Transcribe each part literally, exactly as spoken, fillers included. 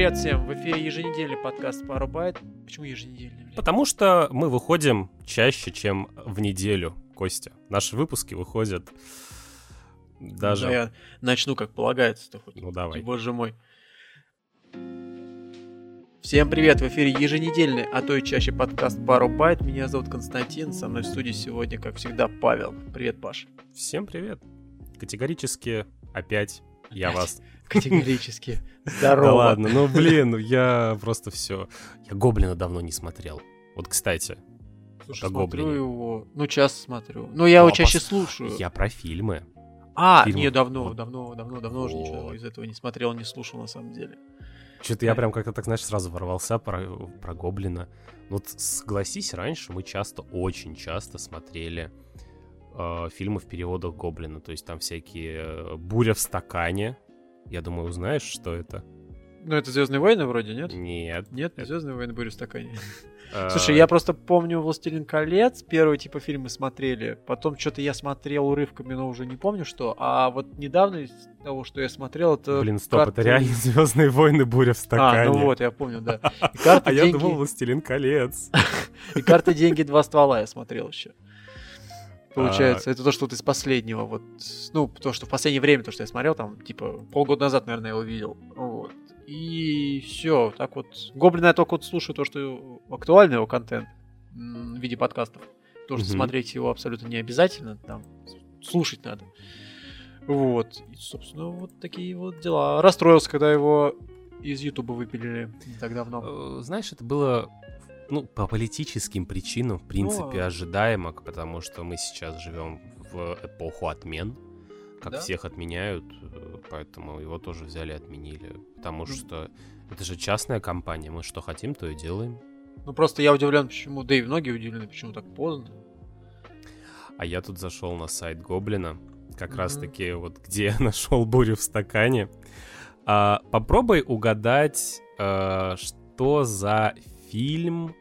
Привет всем! В эфире еженедельный подкаст «Пару байт». Почему еженедельный? Блин? Потому что мы выходим чаще, чем в неделю, Костя. Наши выпуски выходят даже... Ну, я начну, как полагается-то хоть. Ну, давай. Боже мой. Всем привет! В эфире еженедельный, а то и чаще подкаст «Пару байт». Меня зовут Константин, со мной в студии сегодня, как всегда, Павел. Привет, Паш. Всем привет. Категорически опять я Опять? вас... Категорически. Здорово. Да ладно, ну блин, ну я просто все... Я «Гоблина» давно не смотрел. Вот, кстати, Слушай, о смотрю «Гоблине». его... Ну, часто смотрю. Но я Ну, его а чаще пос- слушаю. Я про фильмы. А, фильмы. не, давно, Вот. давно, давно, давно уже ничего Вот. из этого не смотрел, не слушал, на самом деле. Что-то я прям как-то так, знаешь, сразу ворвался про, про «Гоблина». Ну вот согласись, раньше мы часто, очень часто смотрели э, фильмы в переводах «Гоблина». То есть там всякие э, «Буря в стакане». Я думаю, узнаешь, что это? Ну, это «Звездные войны» вроде, нет? Нет. Нет, не «Звездные войны», «Буря в стакане». Э, Слушай, я просто помню «Властелин колец», первые типа фильмы смотрели, потом что-то я смотрел урывками, но уже не помню что, а вот недавно из того, что я смотрел, это... Блин, стоп, карты- это реально «Звездные войны. Буря в стакане». А, ну вот, я помню, да. И карты, А я деньги, думал «Властелин колец». и карты, деньги, два ствола я смотрел еще. Получается, А. это то, что вот из последнего, вот, ну, то, что в последнее время, то, что я смотрел, там, типа, полгода назад, наверное, я его видел, вот. И все, так вот. «Гоблина» я только вот слушаю то, что актуальный его контент м, в виде подкастов. Потому что Мгм. смотреть его абсолютно не обязательно, там, слушать надо. Вот. И, собственно, вот такие вот дела. Расстроился, когда его из Ютуба выпилили не так давно. Э, Знаешь, это было, ну, по политическим причинам, в принципе, Ну, а- ожидаемо, потому что мы сейчас живем в эпоху отмен, как Да? всех отменяют, э, поэтому его тоже взяли и отменили, потому Ну. что это же частная компания, мы что хотим, то и делаем. Ну, просто я удивлен, почему, да и многие удивлены, почему так поздно. А я тут зашел на сайт Гоблина, как Мгм. раз-таки вот где я нашел «Бурю в стакане». А, попробуй угадать, э, что за фильм,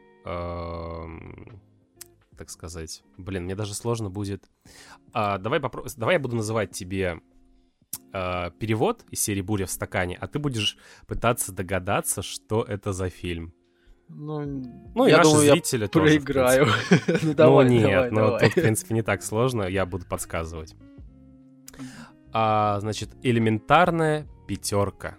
эм, так сказать. Блин, мне даже сложно будет. А, давай, попро- давай я буду называть тебе э, перевод из серии «Буря в стакане», а ты будешь пытаться догадаться, что это за фильм. Ну, Ну, и я наши думаю, я зрители тоже, в проиграю. принципе. Ну, давай, ну, нет, давай, ну, давай. тут, в принципе, не так сложно, я буду подсказывать. А, значит, «Элементарная пятерка».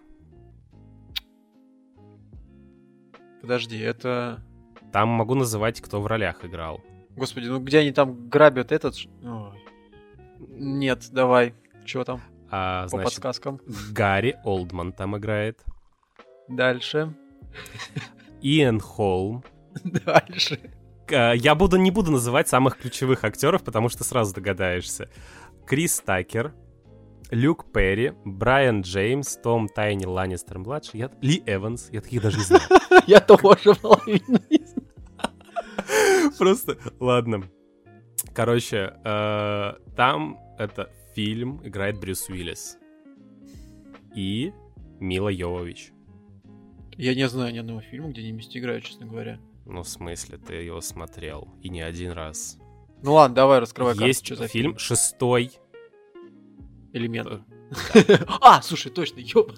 Подожди, это... Там могу называть, кто в ролях играл. Господи, ну где они там грабят этот... ш- Ой. Нет, давай. Чего там А, по значит, подсказкам? Гарри Олдман там играет. Дальше. Иэн Холм. Дальше. А, Я буду, не буду называть самых ключевых актеров, потому что сразу догадаешься. Крис Такер, Люк Перри, Брайан Джеймс, Том Тайни Ланнистер-младший, я... Ли Эванс. Я таких даже не знаю. Я тоже половину не знаю. Просто, ладно. Короче, э, там это фильм играет Брюс Уиллис и Мила Йовович. Я не знаю ни одного фильма, где они вместе играют, честно говоря. Ну, в смысле, ты его смотрел, и не один раз. Ну ладно, давай, раскрывай карту, Есть что за фильм фильм. шестой. Элемент. А, слушай, точно, ёб.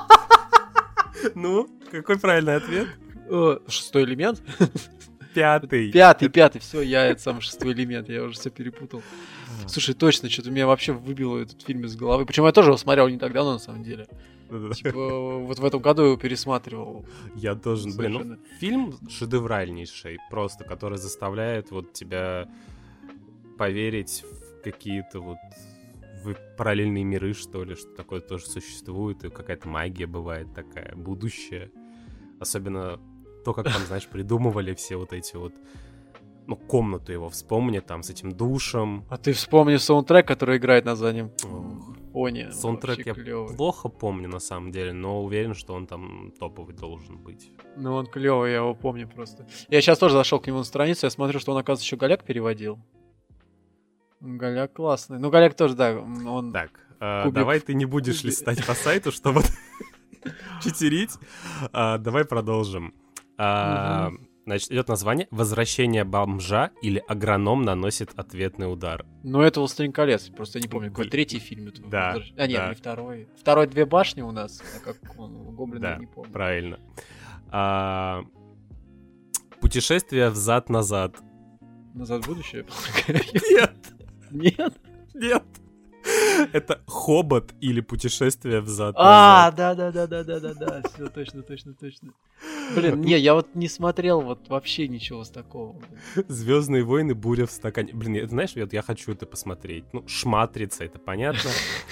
Ну, какой правильный ответ? Э, Шестой элемент? Пятый. Пятый, пятый, все, я это самый шестой элемент, я уже все перепутал. Слушай, точно, что-то меня вообще выбило этот фильм из головы. Причем я тоже его смотрел не так давно, на самом деле. Типа, вот в этом году его пересматривал. Я тоже, блин, ну, Совершенно. фильм шедевральнейший, просто, который заставляет вот тебя поверить в какие-то вот в параллельные миры, что ли, что такое тоже существует, и какая-то магия бывает такая, будущее. Особенно то, как там, знаешь, придумывали все вот эти вот, ну, комнату его вспомни, там, с этим душем. А ты вспомни саундтрек, который играет на заднем Ох, фоне. Саундтрек Вообще я клёвый. плохо помню, на самом деле, но уверен, что он там топовый должен быть. Ну, он клевый, я его помню просто. Я сейчас тоже зашел к нему на страницу, я смотрю, что он, оказывается, еще Голяк переводил. Голяк классный. Ну, Голяк тоже, да, он... Так, э, Кубик. давай ты не будешь Кубик. листать по сайту, чтобы читерить. А, Давай продолжим. А, Значит, идет название «Возвращение бомжа» или «Агроном наносит ответный удар». Ну, это «Властелин колец». Просто я не помню, какой Блин. третий фильм. Это Да, возвращ- А, нет, да. не второй. Второй «Две башни» у нас, а как он, у Гоблина, Да, я не помню. правильно. А, Путешествие взад-назад. «Назад в будущее»? Нет, Нет? нет. Это «Хобот» или «Путешествие взад-назад». А, да-да-да-да-да-да-да. Все, точно, точно, точно. Блин, не, я вот не смотрел вот вообще ничего с такого. «Звездные войны. Буря в стакане». Блин, я- знаешь, вот я хочу это посмотреть. Ну, «Шматрица», это понятно.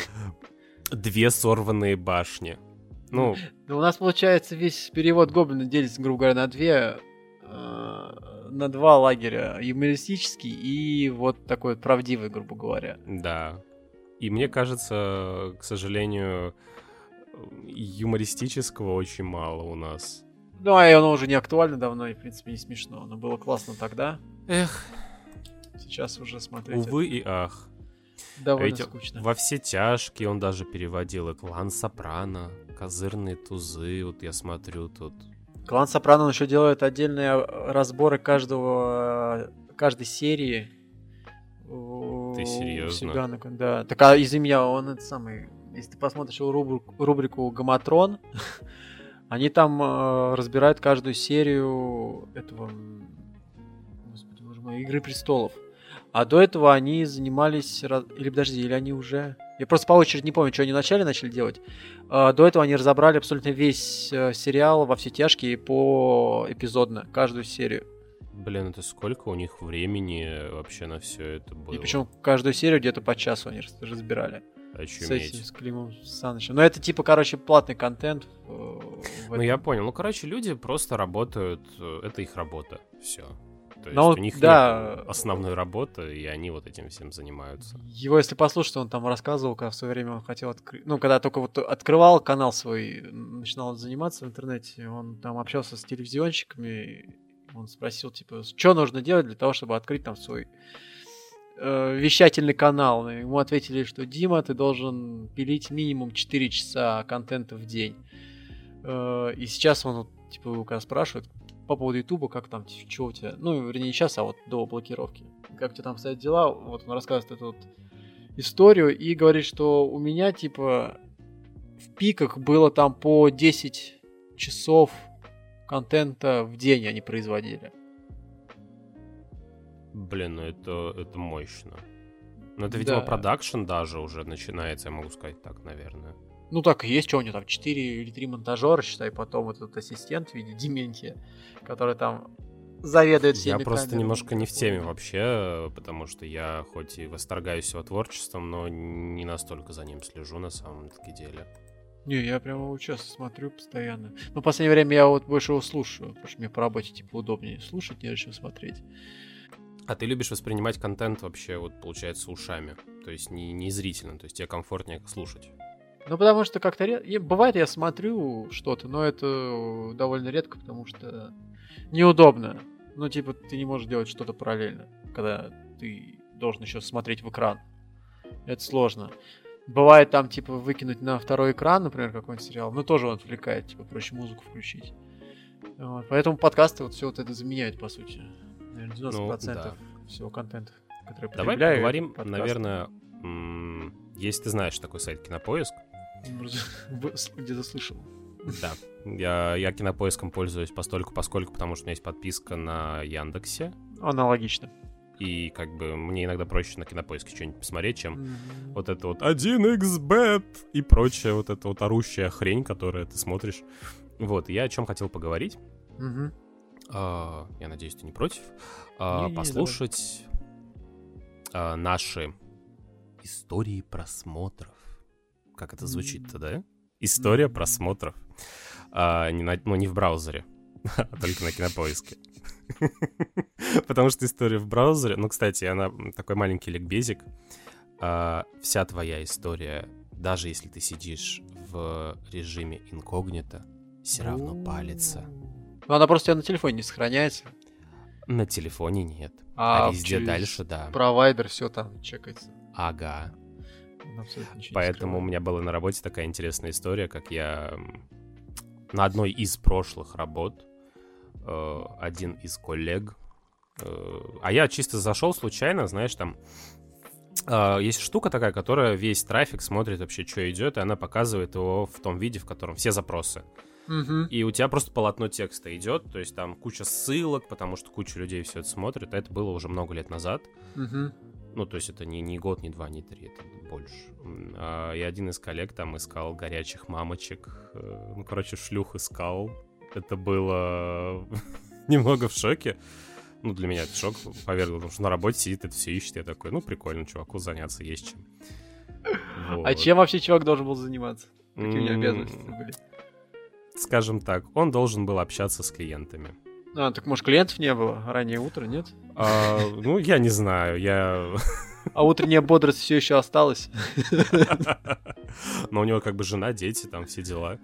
«Две сорванные башни». Ну, Ну, у нас, получается, весь перевод Гоблина делится, грубо говоря, на две, э, на два лагеря. Юмористический и вот такой вот правдивый, грубо говоря. да. И мне кажется, к сожалению, юмористического очень мало у нас. Ну, а и оно уже не актуально давно, и, в принципе, не смешно. Оно было классно тогда. Эх, Сейчас уже смотреть увы и ах. это довольно Ведь скучно. во все тяжкие он даже переводил и «Клан Сопрано», «Козырные тузы», вот я смотрю тут. Клан Сопрано он еще делает отдельные разборы каждого, каждой серии. Ты У серьезно? себя на- да. Так, а из меня он это самый... Если ты посмотришь его рубрику, рубрику «Гаматрон», они там э, разбирают каждую серию этого... м, Господи, боже мой, «Игры престолов». А до этого они занимались... раз- Или подожди, или они уже... Я просто по очереди не помню, что они вначале начали делать. А, До этого они разобрали абсолютно весь э, сериал «Во все тяжкие» по эпизодно, каждую серию. Блин, это сколько у них времени вообще на все это было? И причем каждую серию где-то по часу они раз- разбирали. С Очуметь. этим, с Климом Санычем. Но это типа, короче, платный контент. э, в Ну, этом. я понял. Ну, короче, люди просто работают, э, это их работа, все. То есть Ну, у них да. нет основной работы, и они вот этим всем занимаются. Его, если послушать, он там рассказывал, как в свое время он хотел открыть... Ну, когда только вот открывал канал свой, начинал заниматься в интернете, он там общался с телевизионщиками, он спросил, типа, что нужно делать для того, чтобы открыть там свой э, вещательный канал. И ему ответили, что Дима, ты должен пилить минимум четыре часа контента в день. Э, и сейчас он, вот, типа, его когда спрашивают по поводу Ютуба, как там, что у тебя, ну, вернее, не сейчас, а вот до блокировки, как у тебя там обстоят дела, вот он рассказывает эту вот историю и говорит, что у меня, типа, в пиках было там по десять часов контента в день они производили. Блин, ну это, это мощно. Ну, это, видимо, Да. продакшн даже уже начинается, я могу сказать так, наверное. Ну так и есть, что у него там четыре или три монтажера, считай, потом вот этот ассистент в виде Дементия, который там заведует всеми Я просто камерами. немножко не в теме вообще, потому что я хоть и восторгаюсь его творчеством, но не настолько за ним слежу на самом-таки деле. Не, я прямо его часто смотрю постоянно. Но в последнее время я вот больше его слушаю, потому что мне по работе типа удобнее слушать, нежели чем смотреть. А ты любишь воспринимать контент вообще, вот, получается, ушами? То есть не, не зрительно, то есть тебе комфортнее слушать? Ну, потому что как-то... ре- и бывает, я смотрю что-то, но это довольно редко, потому что неудобно. Ну, типа, ты не можешь делать что-то параллельно, когда ты должен еще смотреть в экран. Это сложно. Бывает там, типа, выкинуть на второй экран, например, какой-нибудь сериал, но тоже он отвлекает, типа, проще музыку включить. Вот. Поэтому подкасты вот все вот это заменяют, по сути. Наверное, девяносто процентов всего контента, который я Давай потребляю, поговорим, подкасты. наверное, м, если ты знаешь такой сайт Кинопоиск. Где-то слышал. Да, я, я Кинопоиском пользуюсь постольку поскольку, потому что у меня есть подписка на Яндексе. Аналогично. И как бы мне иногда проще на Кинопоиске что-нибудь посмотреть, чем Мгм. вот это вот один икс бет и прочая вот эта вот орущая хрень, которую ты смотришь. Вот, я о чем хотел поговорить. Мгм. А, я надеюсь, ты не против. А, Не-не-не, послушать а, наши истории просмотров. Как это звучит-то, да? История М. просмотров. А, не на- ну, не в браузере, а только на Кинопоиске. Потому что история в браузере... Ну, кстати, она такой маленький ликбезик. А, вся твоя история, даже если ты сидишь в режиме инкогнито, все равно палится. Ну, она просто у тебя на телефоне не сохраняется. На телефоне нет. А, А везде через дальше, да. Провайдер все там чекается. Ага. Он абсолютно ничего не Поэтому у скрывает. меня была на работе такая интересная история, как я м, на одной из прошлых работ э, один из коллег. Э, а я чисто зашел случайно, знаешь, там э, есть штука такая, которая весь трафик смотрит вообще, что идет, и она показывает его в том виде, в котором все запросы. Угу. И у тебя просто полотно текста идет, то есть там куча ссылок, потому что куча людей все это смотрит. А это было уже много лет назад. Угу. Ну, то есть это не, не год, не два, не три, это больше. А, и один из коллег там искал горячих мамочек. Ну, короче, шлюх искал. Это было немного в шоке. Ну, для меня это шок повергло, потому что на работе сидит, это все ищет. Я такой, ну, прикольно, чуваку заняться есть чем. Вот. А чем вообще чувак должен был заниматься? Какие у него обязанности были? Скажем так, он должен был общаться с клиентами. А, так может клиентов не было? Раннее утро, нет? А, ну, я не знаю, я... А утренняя бодрость все еще осталась? Но у него как бы жена, дети, там все дела.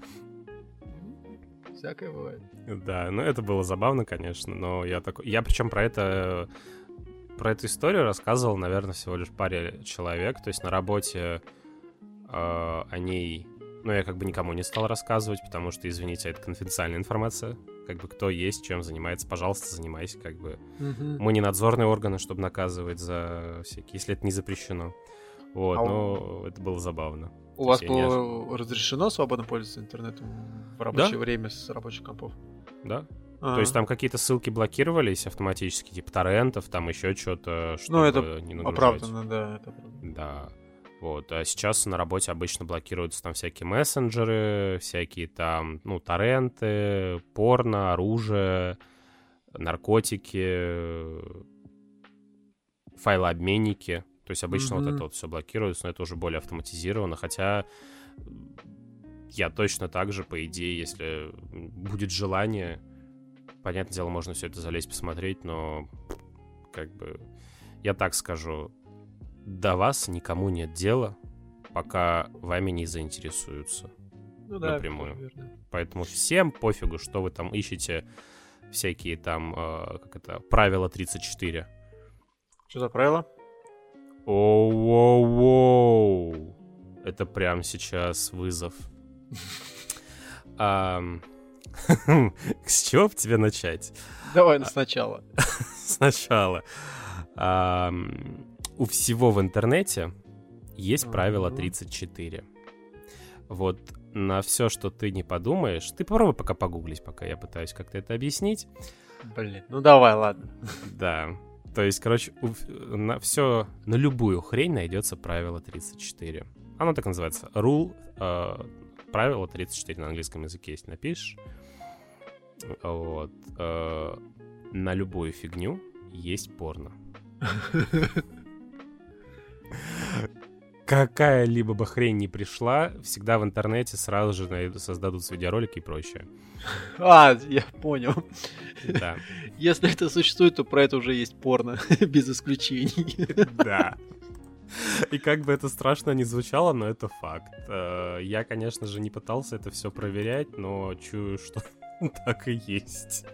Всякое бывает. Да, ну это было забавно, конечно, но я такой... Я причем про это... Про эту историю рассказывал, наверное, всего лишь паре человек. То есть на работе э, о ней... Ну, я как бы никому не стал рассказывать, потому что, извините, это конфиденциальная информация. Как бы кто есть, чем занимается, пожалуйста, занимайся. Как бы Угу. мы не надзорные органы, чтобы наказывать за всякие, если это не запрещено. Вот, А но у... это было забавно. У вас было не... разрешено свободно пользоваться интернетом в рабочее да? время с рабочих компов? Да. А-а-а. То есть там какие-то ссылки блокировались автоматически, типа торрентов, там еще что-то, чтобы ну, это не нагружать. Оправданно, да, это оправданно. Да. Вот, а сейчас на работе обычно блокируются там всякие мессенджеры, всякие там, ну, торренты, порно, оружие, наркотики, файлообменники. То есть обычно mm-hmm. вот это вот все блокируется, но это уже более автоматизировано, хотя я точно так же, по идее, если будет желание, понятное дело, можно все это залезть, посмотреть, но как бы я так скажу, до вас никому нет дела, пока вами не заинтересуются ну, да, напрямую. Поэтому всем пофигу, что вы там ищете, всякие там, э, как это, правила тридцать четыре. Что за правила? Оу-воу-воу. Это прямо сейчас вызов. С чего бы тебе начать? Давай сначала. Сначала. У всего в интернете есть правило тридцать четыре. Вот на все, что ты не подумаешь... Ты попробуй пока погуглить, пока я пытаюсь как-то это объяснить. Блин, ну давай, ладно. Да. То есть, короче, у, на все, на любую хрень найдется правило тридцать четыре. Оно так называется. Rule, э, правило тридцать четыре на английском языке, если напишешь. Вот. Э, на любую фигню есть порно. Какая-либо бы хрень не пришла, всегда в интернете сразу же найду, создадутся видеоролики и прочее. А, я понял. Да. Если это существует, то про это уже есть порно, без исключений. Да. И как бы это страшно не звучало, но это факт. Я, конечно же, не пытался это все проверять, но чую, что так и есть.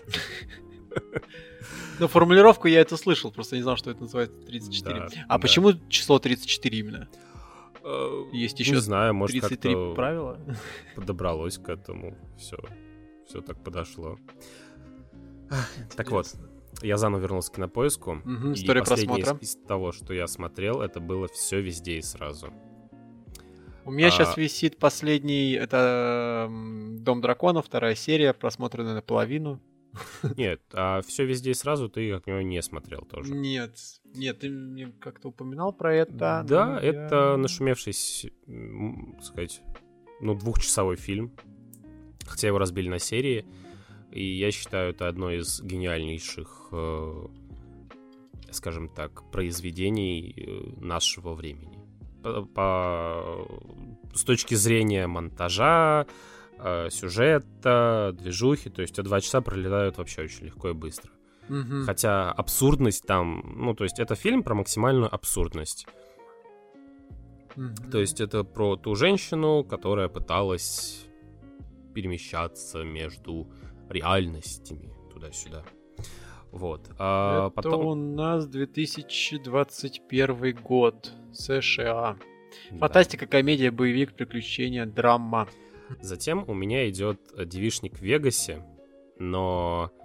Но формулировку я это слышал, просто не знал, что это называется тридцать четыре. Да, а да. Почему число тридцать четыре именно? Есть еще не знаю, может, тридцать три как-то правила? Подобралось к этому. Все, все так подошло. Интересно. Так вот, я заново вернулся к Кинопоиску. Угу, история и просмотра. Из, из того, что я смотрел, это было все везде и сразу. У меня а... сейчас висит последний, это «Дом драконов», вторая серия, просмотренная наполовину. Нет, а все везде и сразу ты, как понимаю, не смотрел тоже. Нет, нет, ты мне как-то упоминал про это. Да, это я... нашумевший, сказать, ну, двухчасовой фильм. Хотя его разбили на серии. И я считаю, это одно из гениальнейших, э, скажем так, произведений нашего времени. По, по, с точки зрения монтажа, сюжета, движухи, то есть два часа пролетают вообще очень легко и быстро. Mm-hmm. Хотя абсурдность там, ну, то есть это фильм про максимальную абсурдность. Mm-hmm. То есть это про ту женщину, которая пыталась перемещаться между реальностями туда-сюда. Вот. А это потом... у нас две тысячи двадцать первый год, США. Фантастика, да. Комедия, боевик, приключения, драма. Затем у меня идет «Девичник в Вегасе», но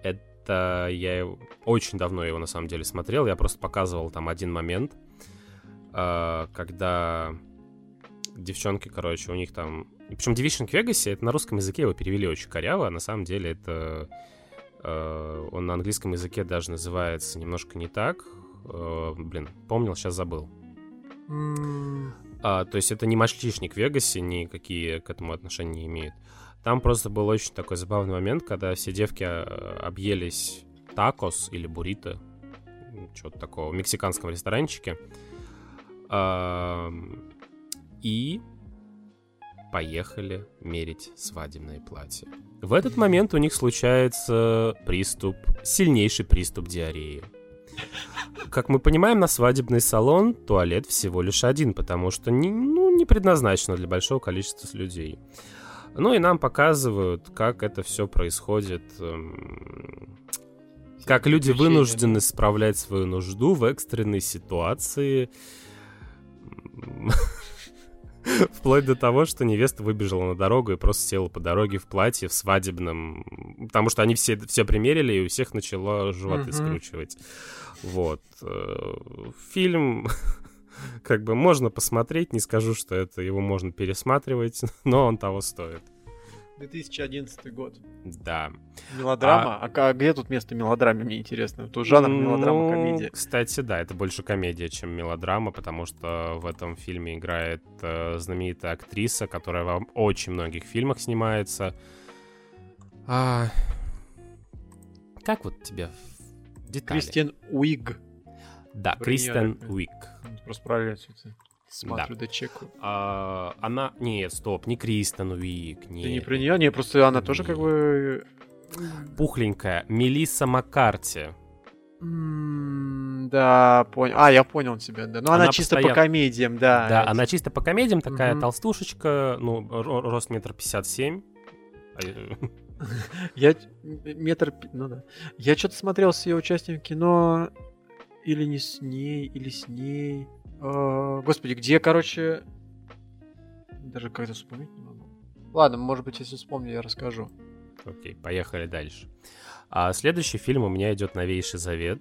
Это я его- очень давно его на самом деле смотрел. Я просто показывал там один момент, э, когда девчонки, короче, у них там... Причем Division в Вегасе, это на русском языке его перевели очень коряво. На самом деле это... э, он на английском языке даже называется немножко не так. Э, блин, помнил, сейчас забыл. М, А, то есть это не мачлишник в Вегасе, никакие к этому отношения не имеют. Там просто был очень такой забавный момент, когда все девки а, объелись такос или буррито, что-то такого, в мексиканском ресторанчике. Ам, и поехали мерить свадебное платье. В этот момент у них случается приступ, сильнейший приступ диареи. Как мы понимаем, на свадебный салон туалет всего лишь один, потому что не, ну, не предназначено для большого количества людей. Ну и нам показывают, как это все происходит, эм, как люди приключения, вынуждены справлять свою нужду в экстренной ситуации. Вплоть до того, что невеста выбежала на дорогу и просто села по дороге в платье в свадебном... Потому что они все, все примерили, и у всех начало животы Мгм. скручивать. скручивать. Вот. Э, Фильм, как бы, можно посмотреть. Не скажу, что это его можно пересматривать, но он того стоит. две тысячи одиннадцатый год. Да. Мелодрама. А, ка- где тут место мелодраме, мне интересно? Тут жанр мелодрама, Ну, комедия. кстати, да, это больше комедия, чем мелодрама, потому что в этом фильме играет э, знаменитая актриса, которая во очень многих фильмах снимается. А, Как вот тебе в детали? Кристиан Уиг. Да, Про Кристен неё, Уик. Просто правильно всё смотрю, да чекаю. А, она... Нет, стоп, не Кристен Уик. Ты Нет. не про нее? Не, просто она тоже как бы... Пухленькая. Мелисса Маккарти. М, Да, понял. А, я понял тебя, да. Ну, она, Она чисто постоянно- по комедиям, да. Да, эти. она чисто по комедиям такая Мгм. толстушечка, ну, ро- рост метр пятьдесят семь. Я т- м- метр... пи- Ну да. Я что-то смотрел с ее участием в кино. Или не с ней, или с ней. А, Господи, где, короче... Даже как-то вспомнить не могу. Ладно, может быть, если вспомню, я расскажу. Окей, поехали дальше. А следующий фильм у меня идет «Новейший завет».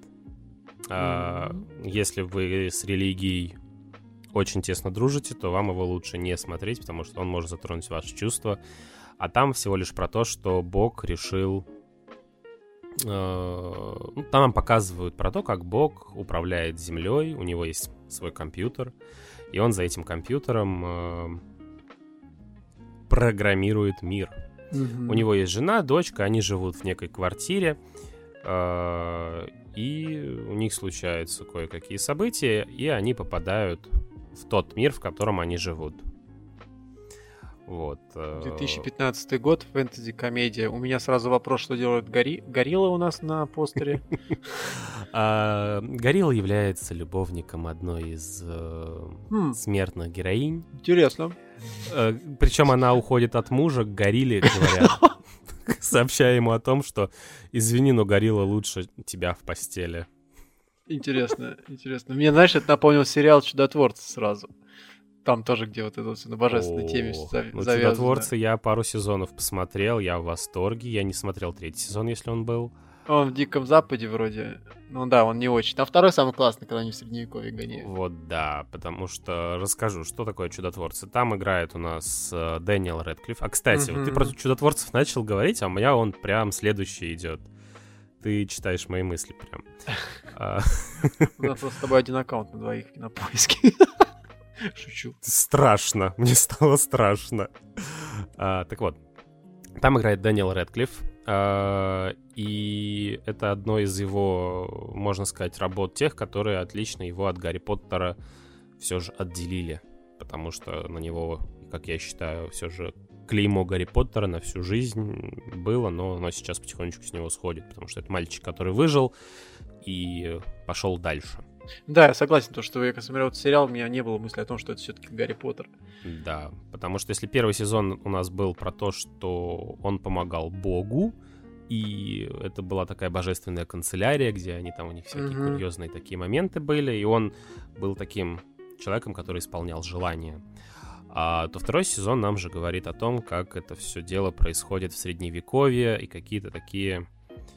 А, Мгм. Если вы с религией очень тесно дружите, то вам его лучше не смотреть, потому что он может затронуть ваши чувства. А там всего лишь про то, что Бог решил... э, ну, там нам показывают про то, как Бог управляет землей, у него есть свой компьютер, и он за этим компьютером э, программирует мир. У него есть жена, дочка, они живут в некой квартире, э, и у них случаются кое-какие события, и они попадают в тот мир, в котором они живут. Вот. э, две тысячи пятнадцатый год, фэнтези-комедия. У меня сразу вопрос, что делает гори... горилла у нас на постере. а, Горилла является любовником одной из э, Хм, смертных героинь. интересно. Э, Причем она уходит от мужа к горилле, говорят, сообщая ему о том, что извини, но горилла лучше тебя в постели. Интересно, интересно. Мне, знаешь, это напомнил сериал «Чудотворцы» сразу. Там тоже, где вот это вот всё на божественной теме О, за- ну, завязано. «Чудотворцы» я пару сезонов посмотрел, я в восторге. Я не смотрел третий сезон, если он был. Он в Диком Западе вроде. Ну да, он не очень. Там второй самый классный, когда они в Средневековье гоняют. Вот да, потому что расскажу, что такое «Чудотворцы». Там играет у нас э, Дэниел Рэдклифф. А, кстати, вот ты Мгм. про «Чудотворцев» начал говорить, а у меня он прям следующий идет. Ты читаешь мои мысли прям. А, У нас просто с тобой один аккаунт на двоих в Кинопоиске. Шучу. Страшно, мне стало страшно. А, так вот, там играет Дэниел Рэдклифф, а, и это одно из его, можно сказать, работ тех, которые отлично его от Гарри Поттера все же отделили, потому что на него, как я считаю, все же клеймо Гарри Поттера на всю жизнь было, но оно сейчас потихонечку с него сходит, потому что это мальчик, который выжил и пошел дальше. Да, я согласен, то, что я когда смотрел этот сериал, у меня не было мысли о том, что это все-таки Гарри Поттер. Да, потому что если первый сезон у нас был про то, что он помогал Богу, и это была такая божественная канцелярия, где они там, у них всякие Мгм. курьезные такие моменты были, и он был таким человеком, который исполнял желания. А то второй сезон нам же говорит о том, как это все дело происходит в Средневековье, и какие-то такие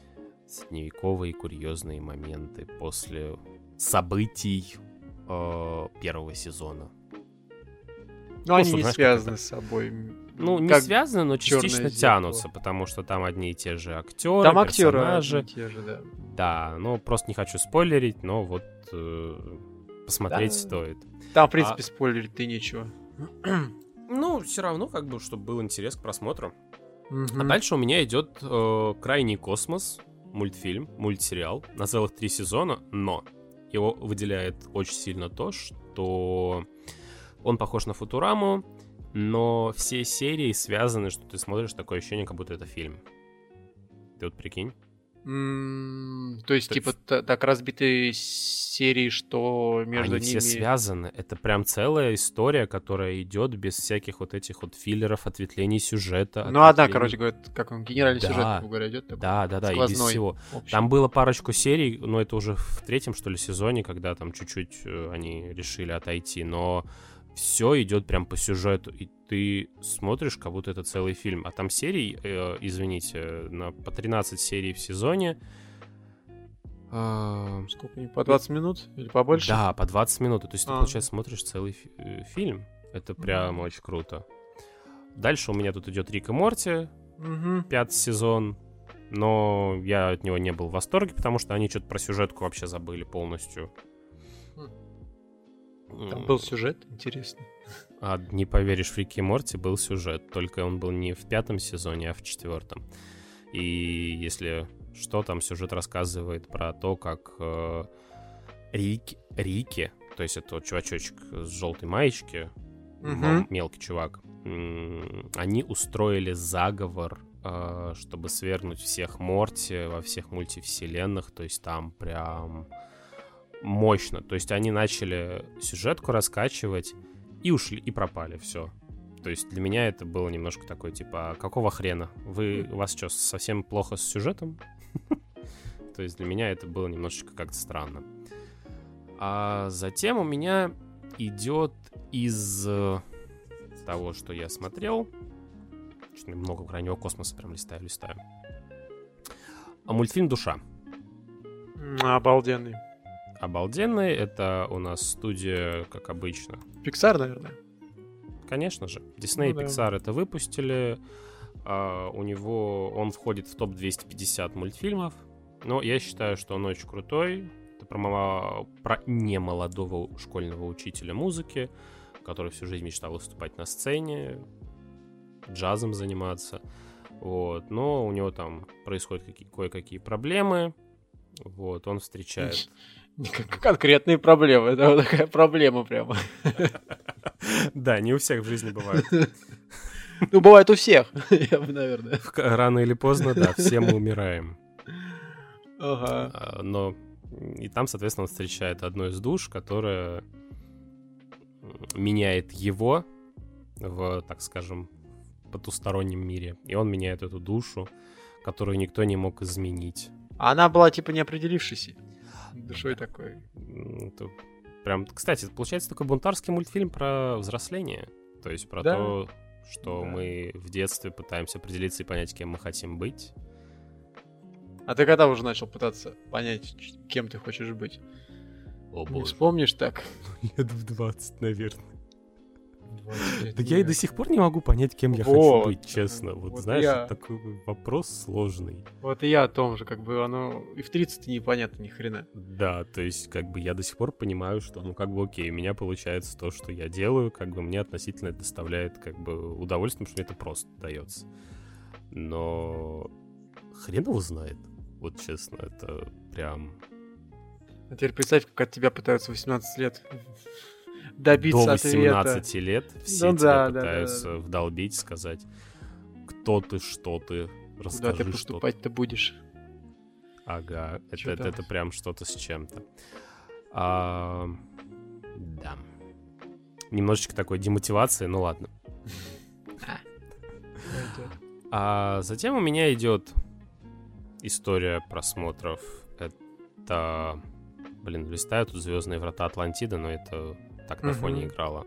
средневековые курьезные моменты после событий э, первого сезона. Ну, они не связаны с собой. Ну, не связаны, но частично тянутся, потому что там одни и те же актеры, там персонажи. Актеры те же, да. Да, ну просто не хочу спойлерить, но вот э, посмотреть да. стоит. Там, в принципе, а... спойлерить-то нечего. Ну, все равно, как бы, чтобы был интерес к просмотру. Угу. А дальше у меня идет э, «Крайний космос», мультфильм, мультсериал на целых три сезона, но его выделяет очень сильно то, что он похож на «Футураму», но все серии связаны, что ты смотришь, такое ощущение, как будто это фильм. Ты вот прикинь. Mm, то есть, то типа, т- так разбитые серии, что между они ними... все связаны. Это прям целая история, которая идет без всяких вот этих вот филлеров, ответвлений сюжета. Ну, ответвлений... одна, короче говоря, как он, генеральный да. сюжет, грубо говоря, идет такой. Да, да, да, и без всего. Общий. Там было парочку серий, но это уже в третьем, что ли, сезоне, когда там чуть-чуть они решили отойти, но все идет прям по сюжету, и ты смотришь, как будто это целый фильм. А там серий, э, извините, на, по тринадцать серий в сезоне. Э, Сколько? По двадцать минут? Или побольше? Да, по двадцать минут. То есть а. ты, получается, смотришь целый фи- э, фильм. Это прям mm-hmm. очень круто. Дальше у меня тут идет Рик и Морти, mm-hmm. пятый сезон. Но я от него не был в восторге, потому что они что-то про сюжетку вообще забыли полностью. Там был сюжет, интересно. А, не поверишь, в Рике и Морти был сюжет, только он был не в пятом сезоне, а в четвертом. И если что, там сюжет рассказывает про то, как э, Рик, Рики, то есть это вот чувачочек с желтой маечки, угу. мелкий чувак, м- они устроили заговор, э, чтобы свергнуть всех Морти во всех мультивселенных, то есть там прям... мощно. То есть они начали сюжетку раскачивать и ушли, и пропали, все. То есть для меня это было немножко такой, типа, какого хрена? Вы, у вас что, совсем плохо с сюжетом? То есть для меня это было немножечко как-то странно. А затем у меня идет из того, что я смотрел, что-то много крайнего космоса прям листаю, листаю. А мультфильм «Душа». Обалденный. Обалденный. Это у нас студия, как обычно. Pixar, наверное. Конечно же. Disney ну, и Pixar да. это выпустили. А, у него он входит в топ двести пятьдесят мультфильмов. Но я считаю, что он очень крутой. Это про, про немолодого школьного учителя музыки, который всю жизнь мечтал выступать на сцене, джазом заниматься. Вот. Но у него там происходят какие- кое-какие проблемы. Вот, он встречает... Конкретные проблемы. Это вот такая проблема прямо. Да, не у всех в жизни бывает. Ну, бывает у всех, я бы, наверное. Рано или поздно, да, все мы умираем. Ага. Но и там, соответственно, он встречает одну из душ, которая меняет его в, так скажем, потустороннем мире. И он меняет эту душу, которую никто не мог изменить. А она была, типа, неопределившейся. Душой да. такой. Это прям, кстати, получается такой бунтарский мультфильм про взросление. То есть про да. то, что да. мы в детстве пытаемся определиться и понять, кем мы хотим быть. А ты когда уже начал пытаться понять, кем ты хочешь быть? О, не боже. вспомнишь так? Лет в двадцать, наверное. двадцать Так я и до сих пор не могу понять, кем я вот. хочу быть, честно. Вот, вот знаешь, я... такой вопрос сложный. Вот и я о том же, как бы оно и в тридцать непонятно ни хрена. Да, то есть как бы я до сих пор понимаю, что ну как бы окей, у меня получается то, что я делаю, как бы мне относительно это доставляет как бы удовольствие, потому что мне это просто дается. Но хрен его знает. Вот честно, это прям... А теперь представь, как от тебя пытаются восемнадцать лет добиться до ответа. восемнадцати лет все ну, тебя да, пытаются да, да, да. вдолбить, сказать, кто ты, что ты, расскажи, куда ты поступать-то будешь. Ага, это, это, это прям что-то с чем-то. А, да. Немножечко такой демотивации, ну ладно. А затем у меня идет история просмотров. Это... Блин, листаю тут «Звездные врата Атлантиды», но это так на фоне uh-huh. играло.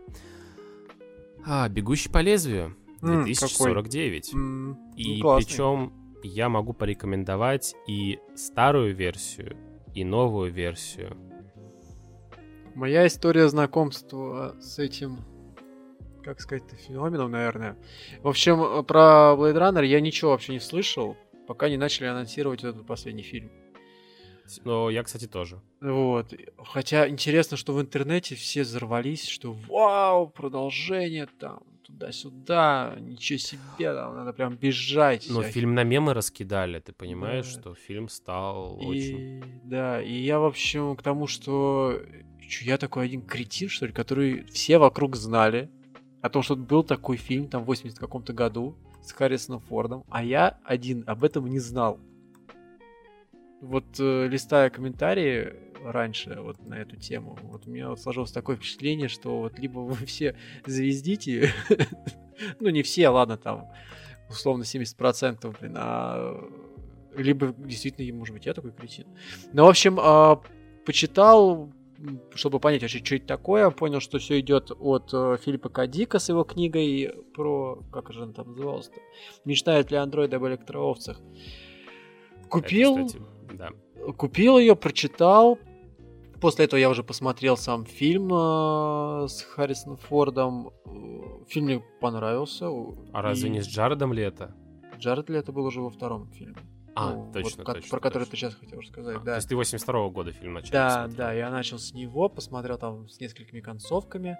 А, «Бегущий по лезвию» две тысячи сорок девять. Mm, и ну, причем я могу порекомендовать и старую версию, и новую версию. Моя история знакомства с этим, как сказать-то, феноменом, наверное. В общем, про Blade Runner я ничего вообще не слышал, пока не начали анонсировать этот последний фильм. Но я, кстати, тоже. Вот. Хотя интересно, что в интернете все взорвались, что вау, продолжение там, туда-сюда, ничего себе, там, надо прям бежать. Но а... фильм на мемы раскидали, ты понимаешь, да. что фильм стал и... очень... Да, и я, в общем, к тому, что Чё, я такой один кретин, что ли, который все вокруг знали о том, что был такой фильм там в восьмидесятом каком-то году с Харрисоном Фордом, а я один об этом не знал. Вот э, листая комментарии раньше вот на эту тему, вот у меня вот сложилось такое впечатление, что вот либо вы все звездите, ну не все, ладно, там условно семьдесят процентов, блин, а либо действительно, может быть, я такой кретин. Ну, в общем, э, почитал, чтобы понять вообще, что это такое, понял, что все идет от э, Филиппа К. Дика с его книгой про, как же она там называлась-то, «Мечтают ли андроиды об электроовцах». Купил, Это, кстати, да. Купил ее, прочитал. После этого я уже посмотрел сам фильм э, с Харрисоном Фордом. Фильм мне понравился. А и... разве не с Джаредом ли это? Джаред ли это был уже во втором фильме? А, ну, точно, вот, точно. Про который точно. ты сейчас хотел рассказать, А, да. То есть ты восемьдесят второго года фильм начал Да, смотреть. да, я начал с него, посмотрел там с несколькими концовками.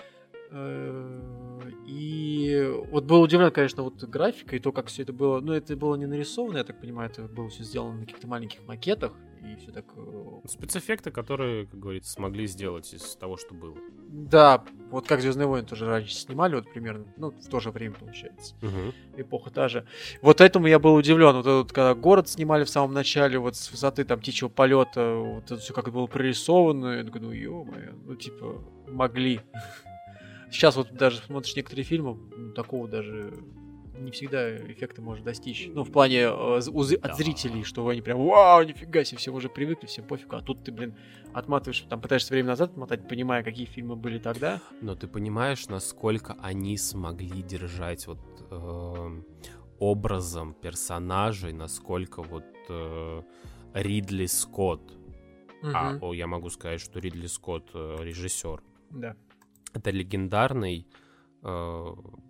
И вот был удивлен, конечно, вот графикой, и то, как все это было. Ну, это было не нарисовано, я так понимаю, это было все сделано на каких-то маленьких макетах. И все так... Спецэффекты, которые, как говорится, смогли сделать из того, что было. Да, вот как «Звездные войны» тоже раньше снимали, вот примерно, ну, в то же время, получается. Угу. Эпоха та же. Вот этому я был удивлен. Вот этот, когда город снимали в самом начале, вот с высоты там птичьего полета, вот это все как было прорисовано. Я такой, ну, ё-моё, ну, типа, могли. Сейчас вот даже смотришь некоторые фильмы, ну, такого даже не всегда эффекта можно достичь. Ну, в плане э, от Да. зрителей, что они прям, вау, нифига себе, все уже привыкли, всем пофигу. А тут ты, блин, отматываешь, там пытаешься время назад отмотать, понимая, какие фильмы были тогда. Но ты понимаешь, насколько они смогли держать вот э, образом персонажей, насколько вот э, Ридли Скотт, Угу. а о, я могу сказать, что Ридли Скотт э, режиссер. Да. Это легендарный э,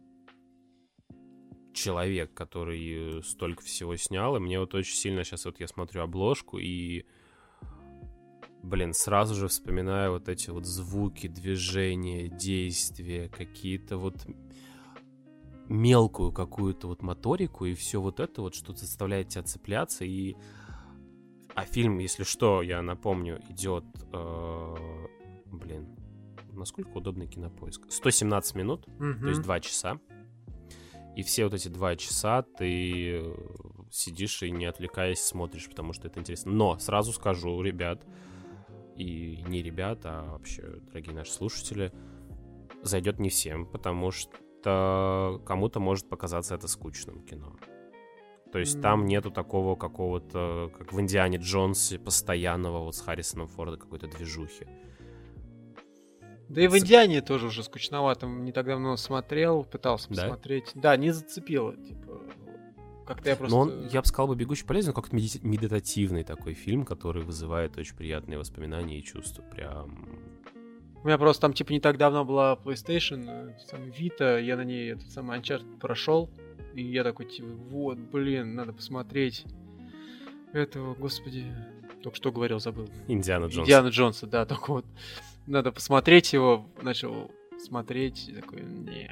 человек, который столько всего снял, и мне вот очень сильно сейчас вот я смотрю обложку и, блин, сразу же вспоминаю вот эти вот звуки, движения, действия, какие-то вот мелкую какую-то вот моторику, и все вот это вот, что заставляет тебя цепляться, и... А фильм, если что, я напомню, идет, э, блин, насколько удобный Кинопоиск? сто семнадцать минут, Угу. то есть два часа. И все вот эти два часа ты сидишь и не отвлекаясь смотришь, потому что это интересно. Но сразу скажу, ребят, и не ребят, а вообще, дорогие наши слушатели, зайдет не всем, потому что кому-то может показаться это скучным кино. То есть mm. там нету такого какого-то, как в «Индиане Джонсе», постоянного вот с Харрисоном Фордом какой-то движухи. Да и в «Индиане» тоже уже скучновато. Не так давно смотрел, пытался Да? посмотреть. Да, не зацепило. Типа, как-то я просто... Но он, я бы сказал, бы «Бегущий по лезвию», но как-то меди- медитативный такой фильм, который вызывает очень приятные воспоминания и чувства. Прям... У меня просто там, типа, не так давно была PlayStation, там, Vita, я на ней этот самый Uncharted прошел, и я такой, типа, вот, блин, надо посмотреть этого, господи... Только что говорил, забыл. Индиана Джонс. Индиана Джонса, да, только вот... Надо посмотреть его, начал смотреть, и такой, не.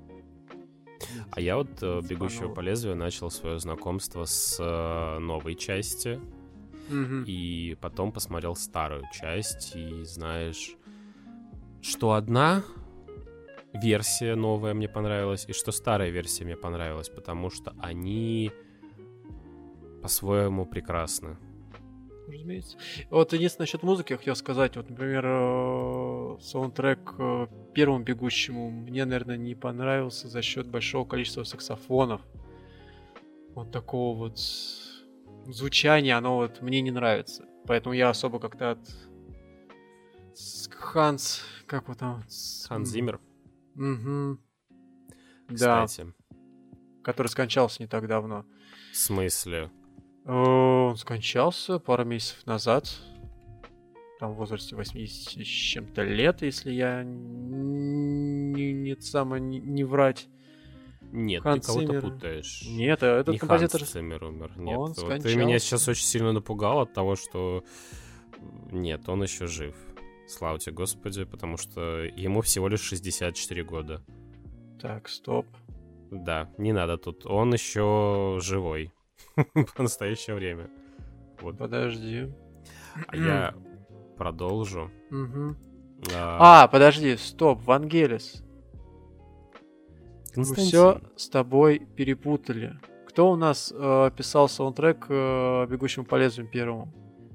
А я вот э, «Бегущего по лезвию» начал свое знакомство с э, новой части, угу. и потом посмотрел старую часть, и знаешь, что одна версия новая мне понравилась, и что старая версия мне понравилась, потому что они по-своему прекрасны. Разумеется. Вот единственное, насчет музыки я хотел сказать. Вот, например, саундтрек первому «Бегущему» мне, наверное, не понравился за счет большого количества саксофонов. Вот такого вот звучания, оно вот мне не нравится. Поэтому я особо как-то от Ханс... Как вот там? Ханс Зиммер. Угу. Кстати. Да. Который скончался не так давно. В смысле? Он скончался пару месяцев назад. Там в возрасте восьмидесяти с чем-то лет, если я не, не, самое, не, не врать. Нет, Ханс ты кого-то Циммер. путаешь. Нет, этот не композитор... Ханс Циммер умер. Нет, Он вот скончался. ты меня сейчас очень сильно напугал от того, что... Нет, он еще жив. Слава тебе, Господи, потому что ему всего лишь шестьдесят четыре года. Так, стоп. Да, не надо тут. Он еще живой. В настоящее время. Вот. Подожди. А я продолжу. Угу. А, А, подожди, стоп, Вангелис. Мы Константин. все с тобой перепутали. Кто у нас э, писал саундтрек э, «Бегущему по лезвию» первому?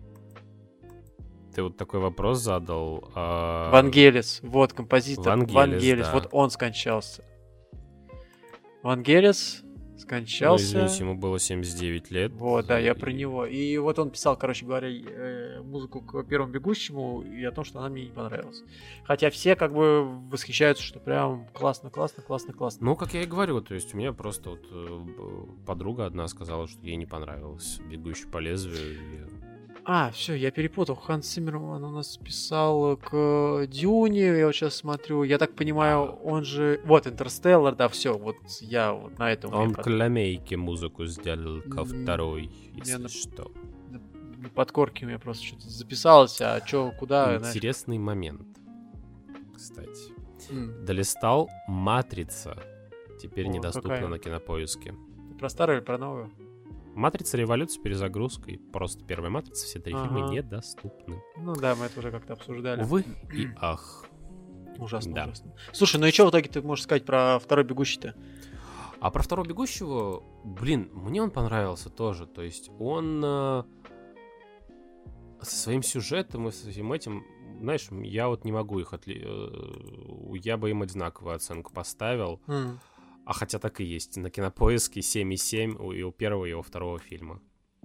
Ты вот такой вопрос задал. а, Вангелис, вот композитор. Вангелис, Вангелис, да. вот он скончался. Вангелис Ну, скончался. извините, ему было семьдесят девять лет. Вот, да, я И- про него. И вот он писал, короче говоря, э, музыку к первому бегущему и о том, что она мне не понравилась. Хотя все как бы восхищаются, что прям классно, классно, классно, классно. Ну, как я и говорю, то есть у меня просто вот э, б- подруга одна сказала, что ей не понравилось «Бегущий по лезвию». и- А, все, я перепутал. Ханс Циммерман у нас писал к Дюне. Я вот сейчас смотрю. Я так понимаю, он же... Вот, Интерстеллар, да, все. Вот я вот на этом... Он мне к под- Ламейке музыку сделал ко М, второй, если на- что. на подкорке у меня просто что-то записалось, а чё, куда, знаешь. Интересный момент, кстати. М, Долистал «Матрица». Теперь О, недоступна какая? на Кинопоиске. Ты про старую или про новую? «Матрица. Революция. Перезагрузка» и просто первая «Матрица». Все три Ага. фильма недоступны. Ну да, мы это уже как-то обсуждали. Увы и ах. Ужасно, Да. ужасно. Слушай, ну и что в итоге ты можешь сказать про второй бегущий-то? А про второго бегущего, блин, мне он понравился тоже. То есть он э, со своим сюжетом и со всем этим, знаешь, я вот не могу их отли... э, я бы им одинаковую оценку поставил. М. А хотя так и есть. На Кинопоиске семь и семь у, и у первого, и у второго фильма.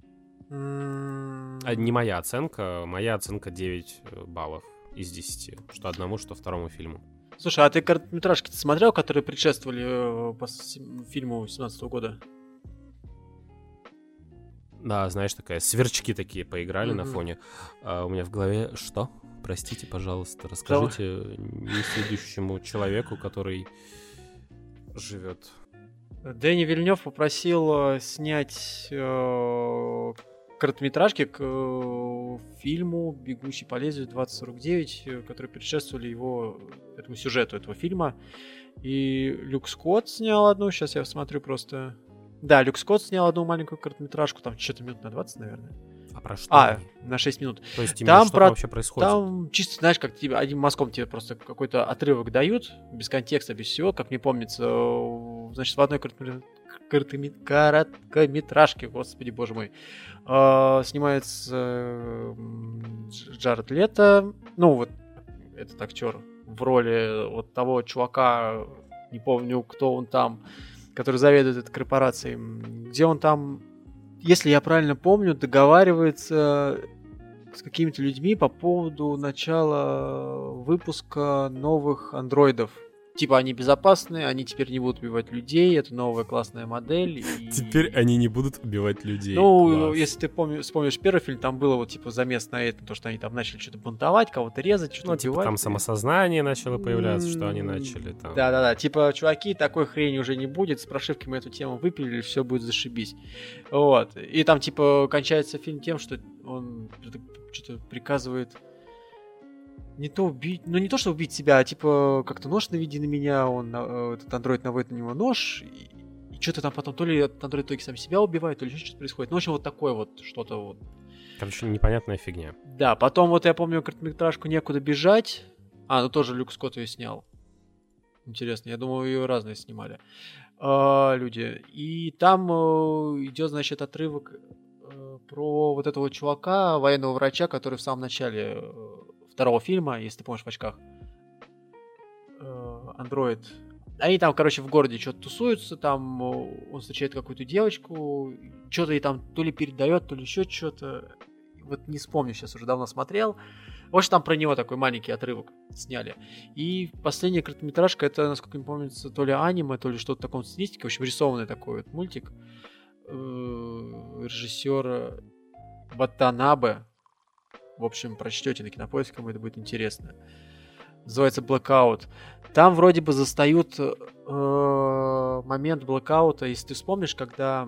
М. А не моя оценка, моя оценка девять баллов из десяти. Что одному, что второму фильму. Слушай, а ты короткометражки смотрел, которые предшествовали э, по с- фильму семнадцатого года? Да, знаешь, такая, сверчки такие поиграли на Мгм. фоне. А у меня в голове, что? Простите, пожалуйста, расскажите несведущему человеку, который живет. Дэни Вильнёв попросил э, снять э, короткометражки к э, фильму «Бегущий по лезвию двадцать сорок девять», э, которые предшествовали его, этому сюжету этого фильма. И Люк Скотт снял одну, сейчас я смотрю просто... Да, Люк Скотт снял одну маленькую короткометражку, там что-то минут на двадцать, наверное. А про что? А, они? на шесть минут. То есть именно там что про- вообще происходит? Там чисто, знаешь, как тебе одним мазком тебе просто какой-то отрывок дают, без контекста, без всего, как мне помнится, э, значит, в одной короткометр- короткоме- короткометражке, господи, боже мой, э, снимается э, м, Дж- Джаред Лето, ну, вот этот актер в роли вот того чувака, не помню, кто он там, который заведует этой корпорацией, м, где он там, если я правильно помню, договаривается с какими-то людьми по поводу начала выпуска новых андроидов. Типа они безопасны, они теперь не будут убивать людей, это новая классная модель. И... Теперь они не будут убивать людей. Ну, Класс. если ты помни- вспомнишь первый фильм, там было вот типа замес на это, то, что они там начали что-то бунтовать, кого-то резать, что-то Ну, типа убивать. там самосознание начало появляться, что они М, начали там. Да-да-да, типа, чуваки, такой хрени уже не будет, с прошивкой мы эту тему выпилили, все будет зашибись. Вот. И там, типа, кончается фильм тем, что он что-то приказывает не то убить, ну не то, что убить себя, а типа как-то нож наведи на меня, он, на- этот андроид наводит на него нож, и, и что-то там потом, то ли этот андроид в итоге сам себя убивает, то ли еще что-то происходит. Ну, в общем, вот такое вот что-то вот. Короче, непонятная фигня. Да, потом вот я помню короткометражку «Некуда бежать». А, ну тоже Люк Скотт ее снял. Интересно, я думаю, ее разные снимали а, люди. И там э, идет, значит, отрывок э, про вот этого чувака, военного врача, который в самом начале э, второго фильма, если ты помнишь, в очках, э, андроид. Они там, короче, в городе что-то тусуются, там э, он встречает какую-то девочку, что-то ей там то ли передает, то ли еще что-то. Вот не вспомню, сейчас уже давно смотрел. В общем, там про него такой маленький отрывок сняли. И последняя короткометражка, это, насколько мне помнится, то ли аниме, то ли что-то в таком стилистике. В общем, рисованный такой вот мультик. э, режиссера Ватанабе. В общем, прочтете на Кинопоиске, кому это будет интересно. Называется Blackout. Там вроде бы застают э, момент блэкаута, если ты вспомнишь, когда...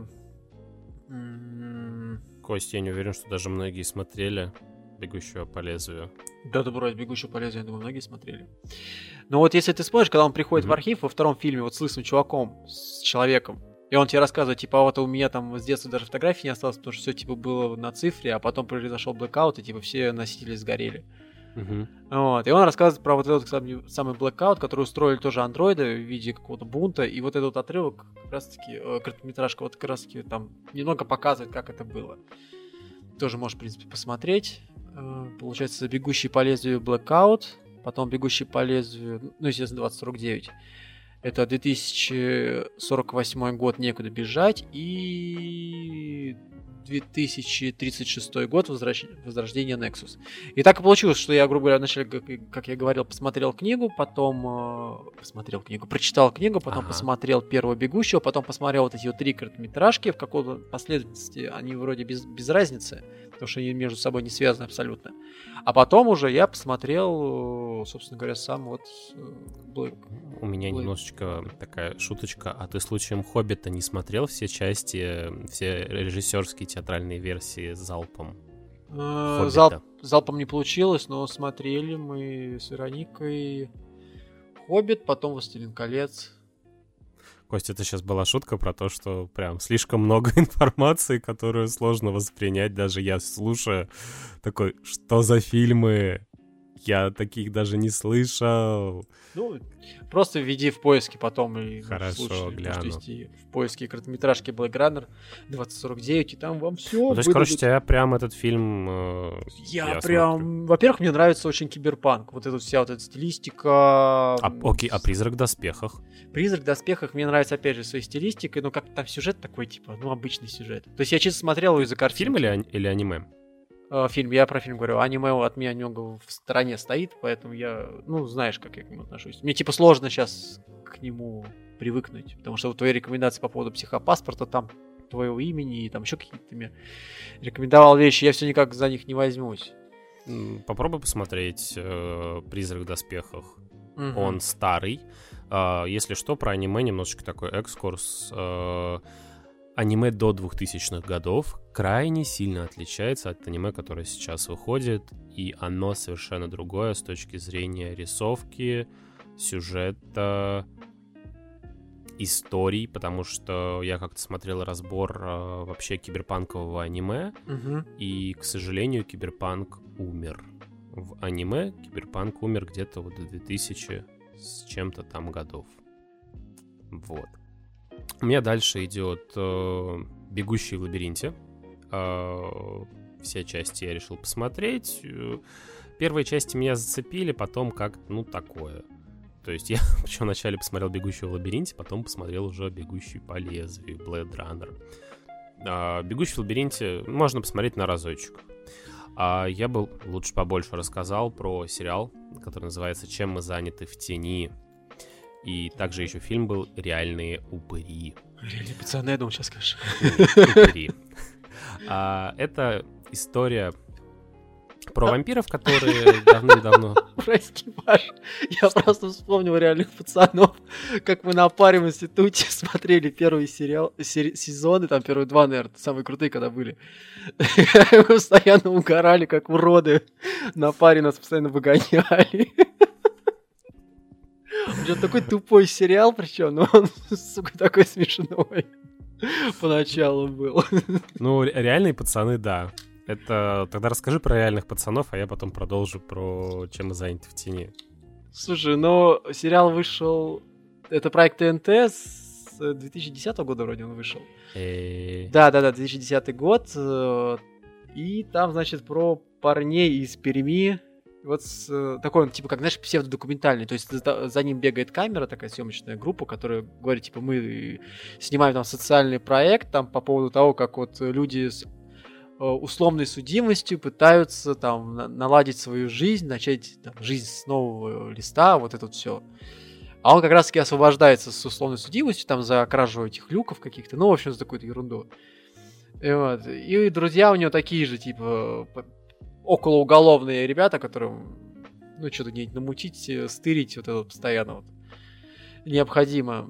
М- Кость, я не уверен, что даже многие смотрели «Бегущего по лезвию». Да, да, вроде «Бегущего по лезвию», я думаю, многие смотрели. Но вот если ты вспомнишь, когда он приходит mm-hmm. в архив во втором фильме вот с лысым чуваком, с человеком, и он тебе рассказывает, типа, а вот у меня там с детства даже фотографий не осталось, потому что все, типа, было на цифре, а потом произошел блэкаут, и, типа, все носители сгорели. Uh-huh. Вот. И он рассказывает про вот этот самый, самый блэкаут, который устроили тоже андроиды в виде какого-то бунта, и вот этот отрывок, как раз-таки, э, короткометражка, вот как раз-таки там немного показывает, как это было. Тоже можешь, в принципе, посмотреть. Э, получается, «Бегущий по лезвию» блэкаут, потом «Бегущий по лезвию», ну, естественно, двадцать сорок девять. Это две тысячи сорок восьмой год, «Некуда бежать», и две тысячи тридцать шестой год, возвращ... «Возрождение Nexus». И так и получилось, что я, грубо говоря, вначале, как, как я говорил, посмотрел книгу, потом э, посмотрел книгу, прочитал книгу, потом ага. посмотрел «Первого бегущего», потом посмотрел вот эти вот три короткометражки, в какой-то последовательности они вроде без, без разницы, потому что они между собой не связаны абсолютно. А потом уже я посмотрел, собственно говоря, сам вот Black. У меня Black. Немножечко такая шуточка. А ты случаем «Хоббита» не смотрел все части, все режиссерские театральные версии залпом? Э, залп, залпом не получилось, но смотрели мы с Вероникой «Хоббит», потом «Властелин колец». Костя, это сейчас была шутка про то, что прям слишком много информации, которую сложно воспринять, даже я слушаю, такой, что за фильмы? Я таких даже не слышал. Ну, просто введи в поиске потом и Хорошо, слушай, гляну. В поиске короткометражки Blade Runner двадцать сорок девять, и там вам все. Ну, то есть, короче, тебя прям этот фильм... Э, я, я прям... Смотрю. Во-первых, мне нравится очень киберпанк. Вот эта вся вот эта стилистика. А, окей, а «Призрак в доспехах»? «Призрак в доспехах» мне нравится, опять же, своей стилистикой, но как там сюжет такой, типа, ну, обычный сюжет. То есть я чисто смотрел его из-за картинки. Фильм или, или аниме? Фильм, я про фильм говорю, аниме от меня немного в стороне стоит, поэтому я, ну, знаешь, как я к нему отношусь. Мне, типа, сложно сейчас к нему привыкнуть, потому что вот твои рекомендации по поводу психопаспорта, там, твоего имени и там еще какие-то ты мне рекомендовал вещи, я все никак за них не возьмусь. Попробуй посмотреть э, «Призрак в доспехах». Угу. Он старый. Э, если что, про аниме немножечко такой экскурс. Э, Аниме до двухтысячных годов крайне сильно отличается от аниме, которое сейчас выходит, и оно совершенно другое с точки зрения рисовки, сюжета, историй, потому что я как-то смотрел разбор э, вообще киберпанкового аниме, угу. и, к сожалению, киберпанк умер. В аниме киберпанк умер где-то вот до двухтысячных с чем-то там годов. Вот. У меня дальше идет э, «Бегущий в лабиринте». Э, все части я решил посмотреть. Первые части меня зацепили, потом как ну, такое. То есть я причем вначале посмотрел «Бегущего в лабиринте», потом посмотрел уже «Бегущий по лезвию», Blade Runner. Э, «Бегущий в лабиринте» можно посмотреть на разочек. А я бы лучше побольше рассказал про сериал, который называется «Чем мы заняты в тени». И также еще фильм был «Реальные упыри». Реальные пацаны, я думал, сейчас скажешь. Упыри. А, это история про вампиров, которые давным-давно... Прости, Паш, я просто вспомнил «Реальных пацанов», как мы на паре в институте смотрели первые сериал, сери- сезоны, там первые два, наверное, самые крутые, когда были. Мы постоянно угорали, как уроды. На паре нас постоянно выгоняли. Он такой тупой сериал, причем, но он, сука, такой смешной поначалу был. Ну, «Реальные пацаны», да. Это тогда расскажи про «Реальных пацанов», а я потом продолжу про «Чем мы заняты в тени». Слушай, ну, сериал вышел... Это проект ТНТ с две тысячи десятого года вроде он вышел. Да-да-да, две тысячи десятый год. И там, значит, про парней из Перми. Вот с, такой он, типа, как, знаешь, псевдодокументальный. То есть за, за ним бегает камера, такая съемочная группа, которая говорит, типа, мы снимаем там социальный проект там по поводу того, как вот люди с условной судимостью пытаются там наладить свою жизнь, начать там, жизнь с нового листа, вот это вот все. А он как раз-таки освобождается с условной судимостью, там, за кражу этих люков каких-то, ну, в общем, за такую-то ерунду. И, вот. И друзья у него такие же, типа, околоуголовные ребята, которым, ну, что-то где-нибудь намутить, стырить вот это постоянно вот необходимо.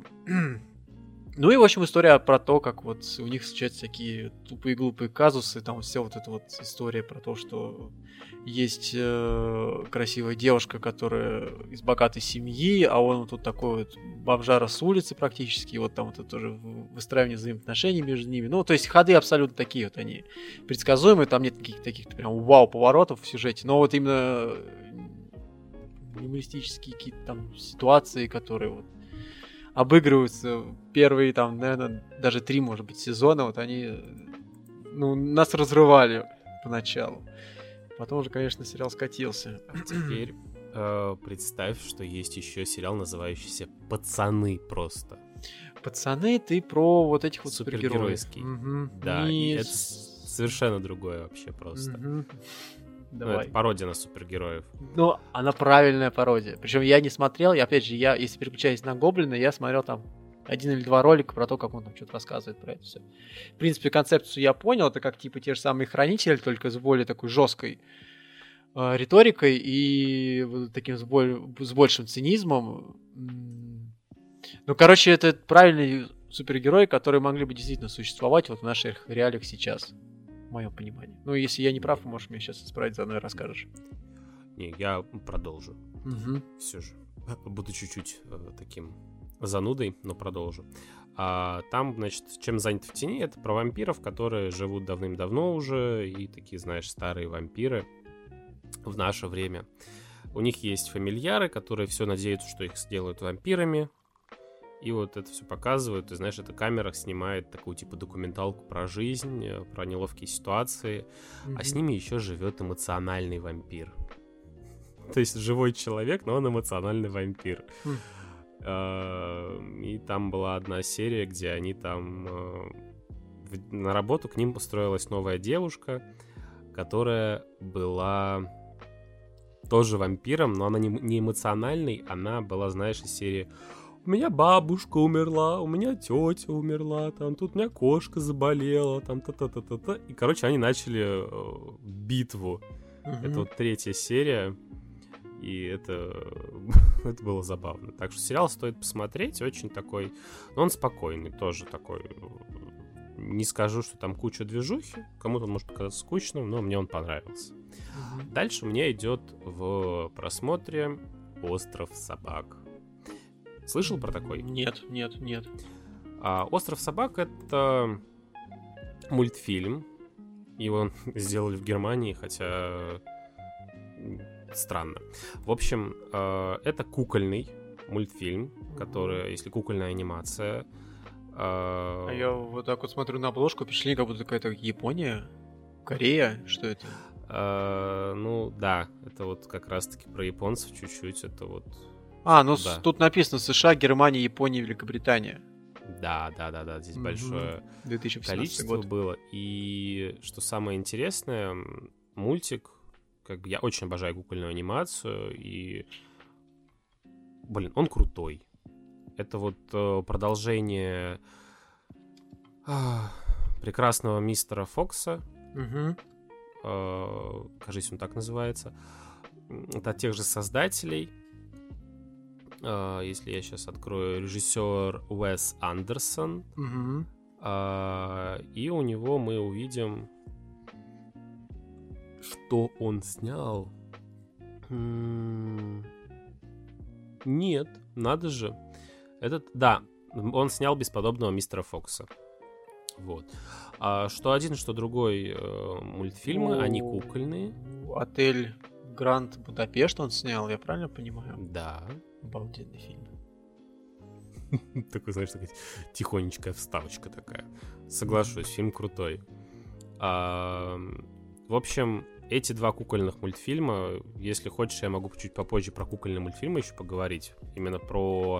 Ну и, в общем, история про то, как вот у них случаются такие тупые-глупые казусы, там вся вот эта вот история про то, что есть э, красивая девушка, которая из богатой семьи, а он вот тут такой вот бомжара с улицы практически, вот там вот это тоже выстраивание взаимоотношений между ними. Ну, то есть ходы абсолютно такие вот они предсказуемые, там нет каких-то таких прям вау-поворотов в сюжете, но вот именно юмористические какие-то там ситуации, которые вот обыгрываются первые, там, наверное, даже три, может быть, сезона, вот они, ну, нас разрывали поначалу. Потом уже, конечно, сериал скатился. А теперь э, представь, что есть еще сериал, называющийся «Пацаны» просто. «Пацаны», ты про вот этих вот супергеройский. Угу. Да, Не... это совершенно другое вообще просто. Угу. Давай. Ну, это пародия на супергероев. Ну, она правильная пародия. Причем я не смотрел, я, опять же, я, если переключаюсь на Гоблина, я смотрел там один или два ролика про то, как он там что-то рассказывает про это все. В принципе, концепцию я понял, это как типа те же самые Хранители, только с более такой жесткой э, риторикой и вот таким с, боль, с большим цинизмом. Ну, короче, это правильный супергерой, которые могли бы действительно существовать вот в наших реалиях сейчас. В моем понимании. Ну, если я не прав, можешь мне сейчас исправить, заодно и расскажешь. Не, я продолжу. Угу. Все же. Буду чуть-чуть э, таким занудой, но продолжу. А, там, значит, чем занят в тени, это про вампиров, которые живут давным-давно уже, и такие, знаешь, старые вампиры в наше время. У них есть фамильяры, которые все надеются, что их сделают вампирами. И вот это все показывают, и, знаешь, эта камера снимает такую, типа, документалку про жизнь, про неловкие ситуации, mm-hmm. а с ними еще живет эмоциональный вампир. То есть живой человек, но он эмоциональный вампир. Mm. И там была одна серия, где они там... На работу к ним устроилась новая девушка, которая была тоже вампиром, но она не эмоциональной, она была, знаешь, из серии... У меня бабушка умерла, у меня тетя умерла, там тут у меня кошка заболела, там та-та-та-та-та. И, короче, они начали э, битву. Uh-huh. Это вот третья серия, и это, это было забавно. Так что сериал стоит посмотреть, очень такой... Но он спокойный, тоже такой... Не скажу, что там куча движухи, кому-то он может показаться скучным, но мне он понравился. Uh-huh. Дальше у меня идет в просмотре «Остров собак». Слышал про такой? Нет, нет, нет. А, «Остров собак» — это мультфильм. Его сделали в Германии, хотя странно. В общем, э, это кукольный мультфильм, который, если кукольная анимация... Э... А я вот так вот смотрю на обложку, впечатление, как будто какая-то Япония, Корея, что это? Э, ну, да, это вот как раз-таки про японцев чуть-чуть, это вот... А, ну да. Тут написано США, Германия, Япония, Великобритания. Да, да, да, да, здесь mm-hmm. большое две тысячи пятнадцатый количество год. было. И что самое интересное, мультик, как бы я очень обожаю кукольную анимацию, и, блин, он крутой. Это вот э, продолжение э, прекрасного мистера Фокса. Mm-hmm. Э, кажется, он так называется. Это от тех же создателей. Uh, если я сейчас открою, режиссер Уэс Андерсон. Mm-hmm. Uh, и у него мы увидим, что он снял. М-м- нет, надо же. Этот, да, он снял «Бесподобного мистера Фокса». Вот. А что один, что другой э, мультфильмы, oh, они кукольные. «Отель Гранд Будапешт» он снял, я правильно понимаю? Да. Обалденный фильм. Такой, знаешь, такая тихонечкая вставочка такая. Соглашусь, фильм крутой. А, в общем, эти два кукольных мультфильма, если хочешь, я могу чуть попозже про кукольные мультфильмы еще поговорить. Именно про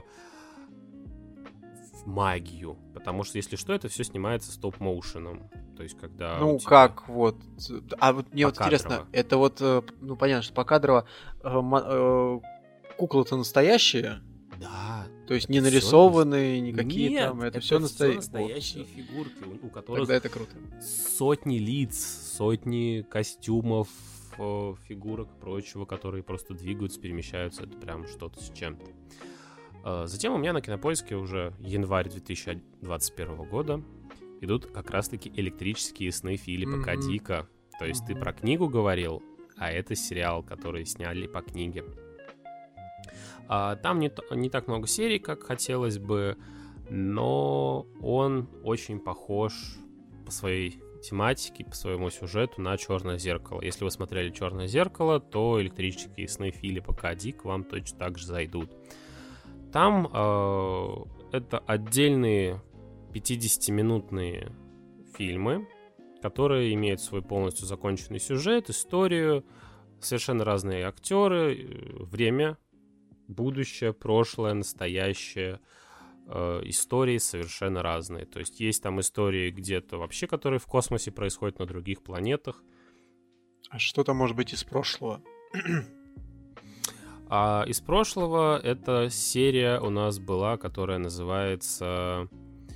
магию. Потому что, если что, это все снимается стоп-моушеном. То есть, когда... Ну, тебя... как вот... А вот мне вот покадрово. интересно, это вот, ну, понятно, что покадрово... Куклы-то настоящие? Да, То есть не нарисованные, никакие Нет, там, это, это все, настоя... настоящие вот, фигурки, у, у которых тогда это круто. сотни лиц, сотни костюмов, э, фигурок и прочего, которые просто двигаются, перемещаются. Это прям что-то с чем-то. Э, затем у меня на Кинопоиске уже январь две тысячи двадцать первого года идут как раз-таки электрические сны Филиппа mm-hmm. К. Дика. То есть mm-hmm. ты про книгу говорил, а это сериал, который сняли по книге. А, там не, не так много серий, как хотелось бы, но он очень похож по своей тематике, по своему сюжету на «Черное зеркало». Если вы смотрели «Черное зеркало», то электрические сны Филиппа К. Дика вам точно так же зайдут. Там э, это отдельные пятидесятиминутные фильмы, которые имеют свой полностью законченный сюжет, историю, совершенно разные актеры, время, будущее, прошлое, настоящее, э, истории совершенно разные. То есть есть там истории где-то вообще, которые в космосе происходят, на других планетах. А что-то может быть из прошлого? А из прошлого эта серия у нас была, которая называется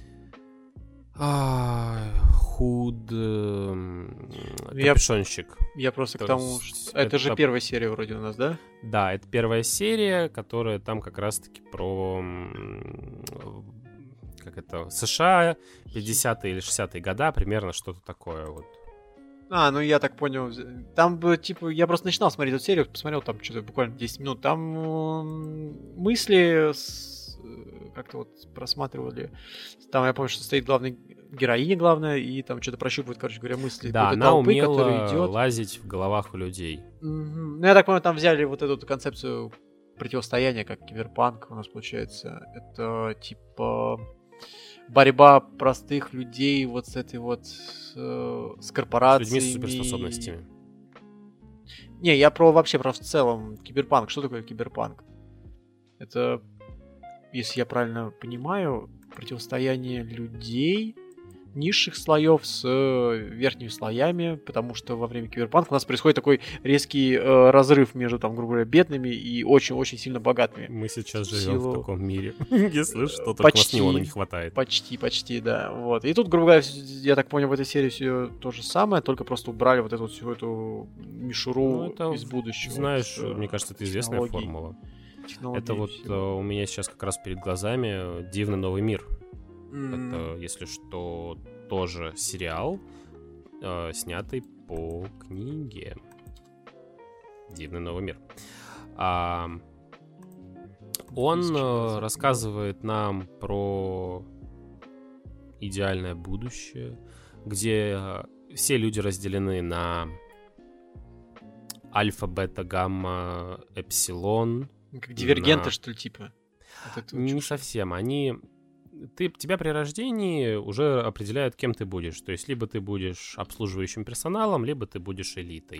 а, Худ я, Капюшонщик. Я просто То к тому, что... Это, это же первая серия вроде у нас, да? Да, это первая серия, которая там как раз-таки про как это, США, пятидесятые или шестидесятые года, примерно что-то такое вот. А, ну я так понял. Там, типа, я просто начинал смотреть эту серию, посмотрел там что-то буквально десять минут. Там мысли с... как-то вот просматривали. Там я помню, что стоит главный героиня главная, и там что-то прощупывает, короче говоря, мысли. Да, она толпы, умела идет. лазить в головах у людей. Mm-hmm. Ну, я так понимаю, там взяли вот эту концепцию противостояния, как киберпанк у нас получается. Это, типа... борьба простых людей вот с этой вот э, с корпорациями. С людьми с суперспособностями. Не, я про вообще про в целом киберпанк. Что такое киберпанк? Это, если я правильно понимаю, противостояние людей низших слоев с э, верхними слоями, потому что во время киберпанка у нас происходит такой резкий э, разрыв между, там, грубо говоря, бедными и очень-очень сильно богатыми. Мы сейчас живем в таком мире, если что, только у нас него не хватает. Почти, почти, да. Вот. И тут, грубо говоря, я так понял, в этой серии все то же самое, только просто убрали вот эту вот всю эту мишуру ну, из будущего. Знаешь, вот, мне кажется, это известная формула. Это вот всего. У меня сейчас как раз перед глазами «Дивный новый мир». Mm. Это, если что, тоже сериал, э, снятый по книге «Дивный новый мир». А, он э, рассказывает нам про идеальное будущее, где все люди разделены на альфа, бета, гамма, эпсилон. Как дивергенты, на... что ли, типа? Не совсем. Они... Ты, тебя при рождении уже определяют, кем ты будешь. То есть, либо ты будешь обслуживающим персоналом, либо ты будешь элитой.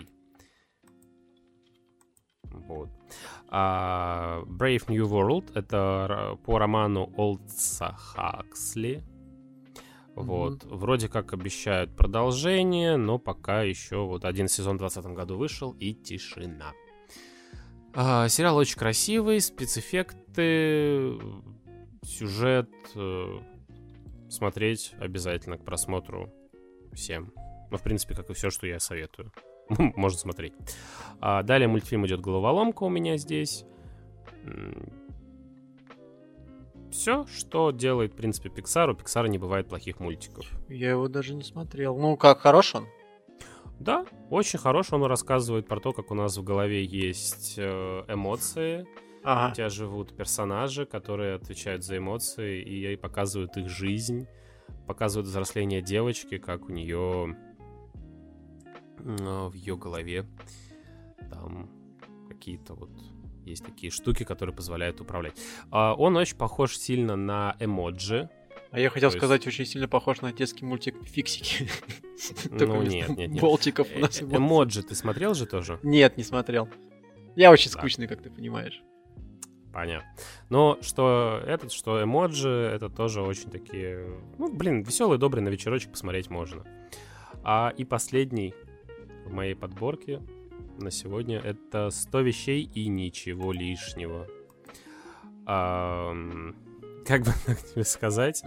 Вот. А Brave New World — это по роману Олдса Хаксли. Вот. Mm-hmm. Вроде как обещают продолжение, но пока еще вот один сезон в двадцатом году вышел, и тишина. А, сериал очень красивый, спецэффекты... Сюжет э, смотреть обязательно к просмотру всем. Ну, в принципе, как и все, что я советую. Можно смотреть. А далее мультфильм идет «Головоломка» у меня здесь. Все, что делает, в принципе, Pixar. У Pixar не бывает плохих мультиков. Я его даже не смотрел. Ну, как, хорош он? Да, очень хорош. Он рассказывает про то, как у нас в голове есть э, эмоции. Ага. У тебя живут персонажи, которые отвечают за эмоции и показывают их жизнь, показывают взросление девочки, как у нее в ее голове там какие-то вот есть такие штуки, которые позволяют управлять. Он очень похож сильно на эмоджи. А я хотел сказать, очень сильно похож на детский мультик «Фиксики». Ну нет, нет, нет. Болтиков у нас. Эмоджи ты смотрел же тоже? Нет, не смотрел. Я очень скучный, как ты понимаешь. Понятно. Но что этот, что эмоджи, это тоже очень такие... Ну, блин, веселый, добрый, на вечерочек посмотреть можно. А и последний в моей подборке на сегодня — это «сто вещей и ничего лишнего». А, как бы так тебе сказать...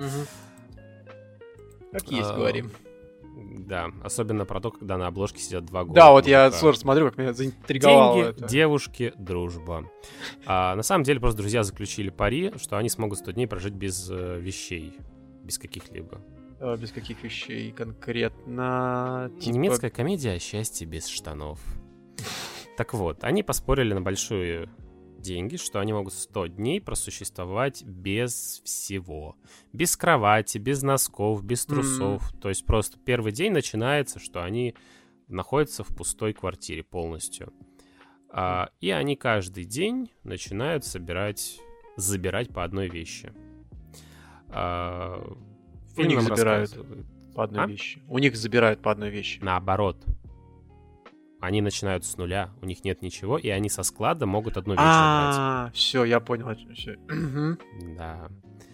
Как есть, говорим. Да, особенно про то, когда на обложке сидят два года. Да, вот я тоже смотрю, как меня заинтриговало Деньги, это. девушки, дружба. А, на самом деле просто друзья заключили пари, что они смогут сто дней прожить без э, вещей, без каких-либо. А, без каких вещей конкретно? Типа... Немецкая комедия о счастье без штанов. Так вот, они поспорили на большие деньги, что они могут сто дней просуществовать без всего. Без кровати, без носков, без трусов. Mm-hmm. То есть просто первый день начинается, что они находятся в пустой квартире полностью. А, и они каждый день начинают собирать, забирать по одной вещи. А, У них забирают по одной а? вещи. У них забирают по одной вещи. Наоборот. Они начинают с нуля, у них нет ничего, и они со склада могут одну вещь забрать. А, все, я понял. Да.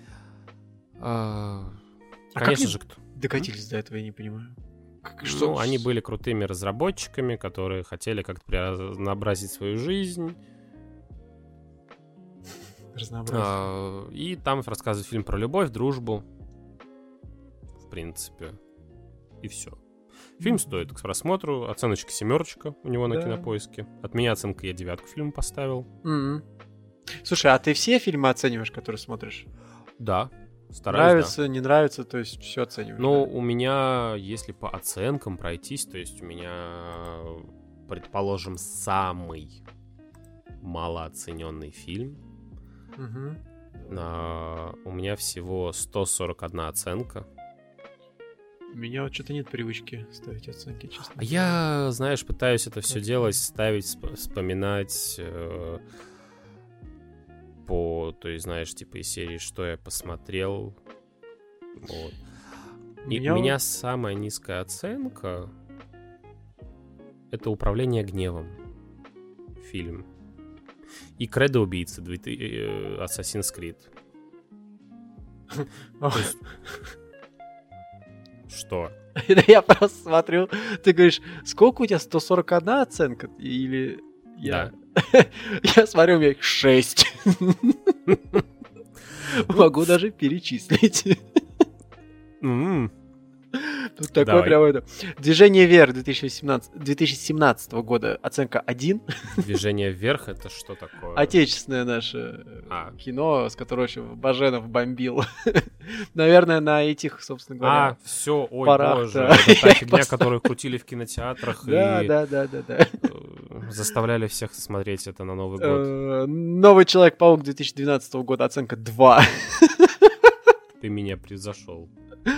А, а конечно как же, кто... докатились до этого, я не понимаю. Как, что? Ну, они были крутыми разработчиками, которые хотели как-то разнообразить свою жизнь. Разнообразие. А, и там рассказывает фильм про любовь, дружбу. В принципе. И все. Фильм стоит к просмотру. Оценочка семерочка у него на да. Кинопоиске. От меня оценка, я девятку фильму поставил. Mm-hmm. Слушай, а ты все фильмы оцениваешь, которые смотришь? Да. Стараюсь, нравится, да. не нравится, то есть все оцениваешь? Ну, да? у меня, если по оценкам пройтись, то есть у меня, предположим, самый малооцененный фильм. Mm-hmm. А, у меня всего сто сорок одна оценка. У меня вот что-то нет привычки ставить оценки, честно. А я, знаешь, пытаюсь это все делать, ставить, вспоминать э, по, то есть, знаешь, типа из серии, что я посмотрел. Вот. И меня... у меня самая низкая оценка — это «Управление гневом». Фильм. И «Кредо убийцы» Assassin's Creed. Что? Я просто смотрю, ты говоришь, сколько у тебя, сто сорок одна оценка? Или я... Да. Я смотрю, у меня их шесть. Могу даже перечислить. Тут такое прямо это... «Движение вверх» две тысячи семнадцатого года, оценка один. «Движение вверх» — это что такое? Отечественное наше а. кино, с которого еще Баженов бомбил. Наверное, на этих, собственно говоря, А, все, ой, парах, боже. Да. Это та фигня, которую крутили в кинотеатрах да, и да, да, да, да. заставляли всех смотреть это на Новый год. «Новый Человек-паук» две тысячи двенадцатого года, оценка два. Ты меня превзошел.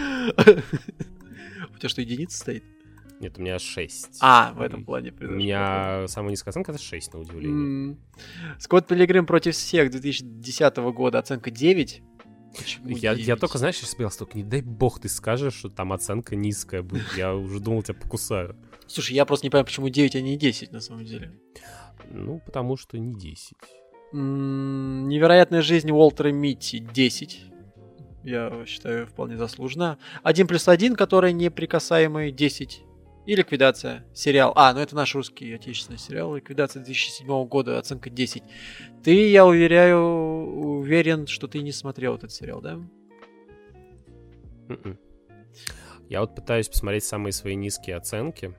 У тебя что, единица стоит? Нет, у меня шесть. А, в этом плане превзошел. У меня самая низкая оценка — это шесть, на удивление. Mm. «Скотт Пилигрим против всех» две тысячи десятого года, оценка девять. Я, я только, знаешь, сейчас сказал, только не дай бог ты скажешь, что там оценка низкая будет. Я уже думал, тебя покусаю. Слушай, я просто не понимаю, почему девять, а не десять, на самом деле. Ну, потому что не десять. Mm, «Невероятная жизнь Уолтера Митти» десять. Я считаю, вполне заслуженно. «Один плюс один», который неприкасаемый, десять. И «Ликвидация», сериал. А, ну это наш русский отечественный сериал. «Ликвидация» две тысячи седьмого года, оценка десять. Ты, я уверяю, уверен, что ты не смотрел этот сериал, да? Mm-mm. Я вот пытаюсь посмотреть самые свои низкие оценки.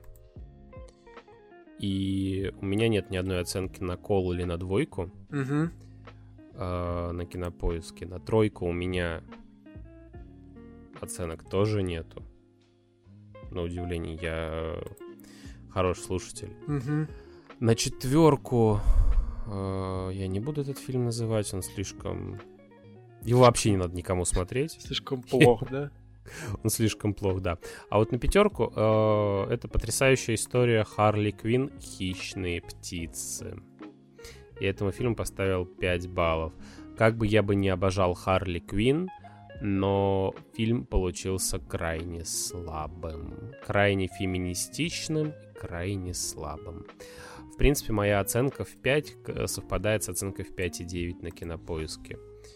И у меня нет ни одной оценки на кол или на двойку. Mm-hmm. э, на Кинопоиске. На тройку у меня оценок тоже нету. На удивление, я хороший слушатель. Mm-hmm. На четверку э, я не буду этот фильм называть, он слишком... Его вообще не надо никому смотреть. Слишком плохо, да? Он слишком плох, да. А вот на пятерку э, это потрясающая история Харли Квинн «Хищные птицы». И этому фильму поставил пять баллов. Как бы я бы не обожал Харли Квинн, но фильм получился крайне слабым. Крайне феминистичным и крайне слабым. В принципе, моя оценка в пять совпадает с оценкой в пять и девять на Кинопоиске.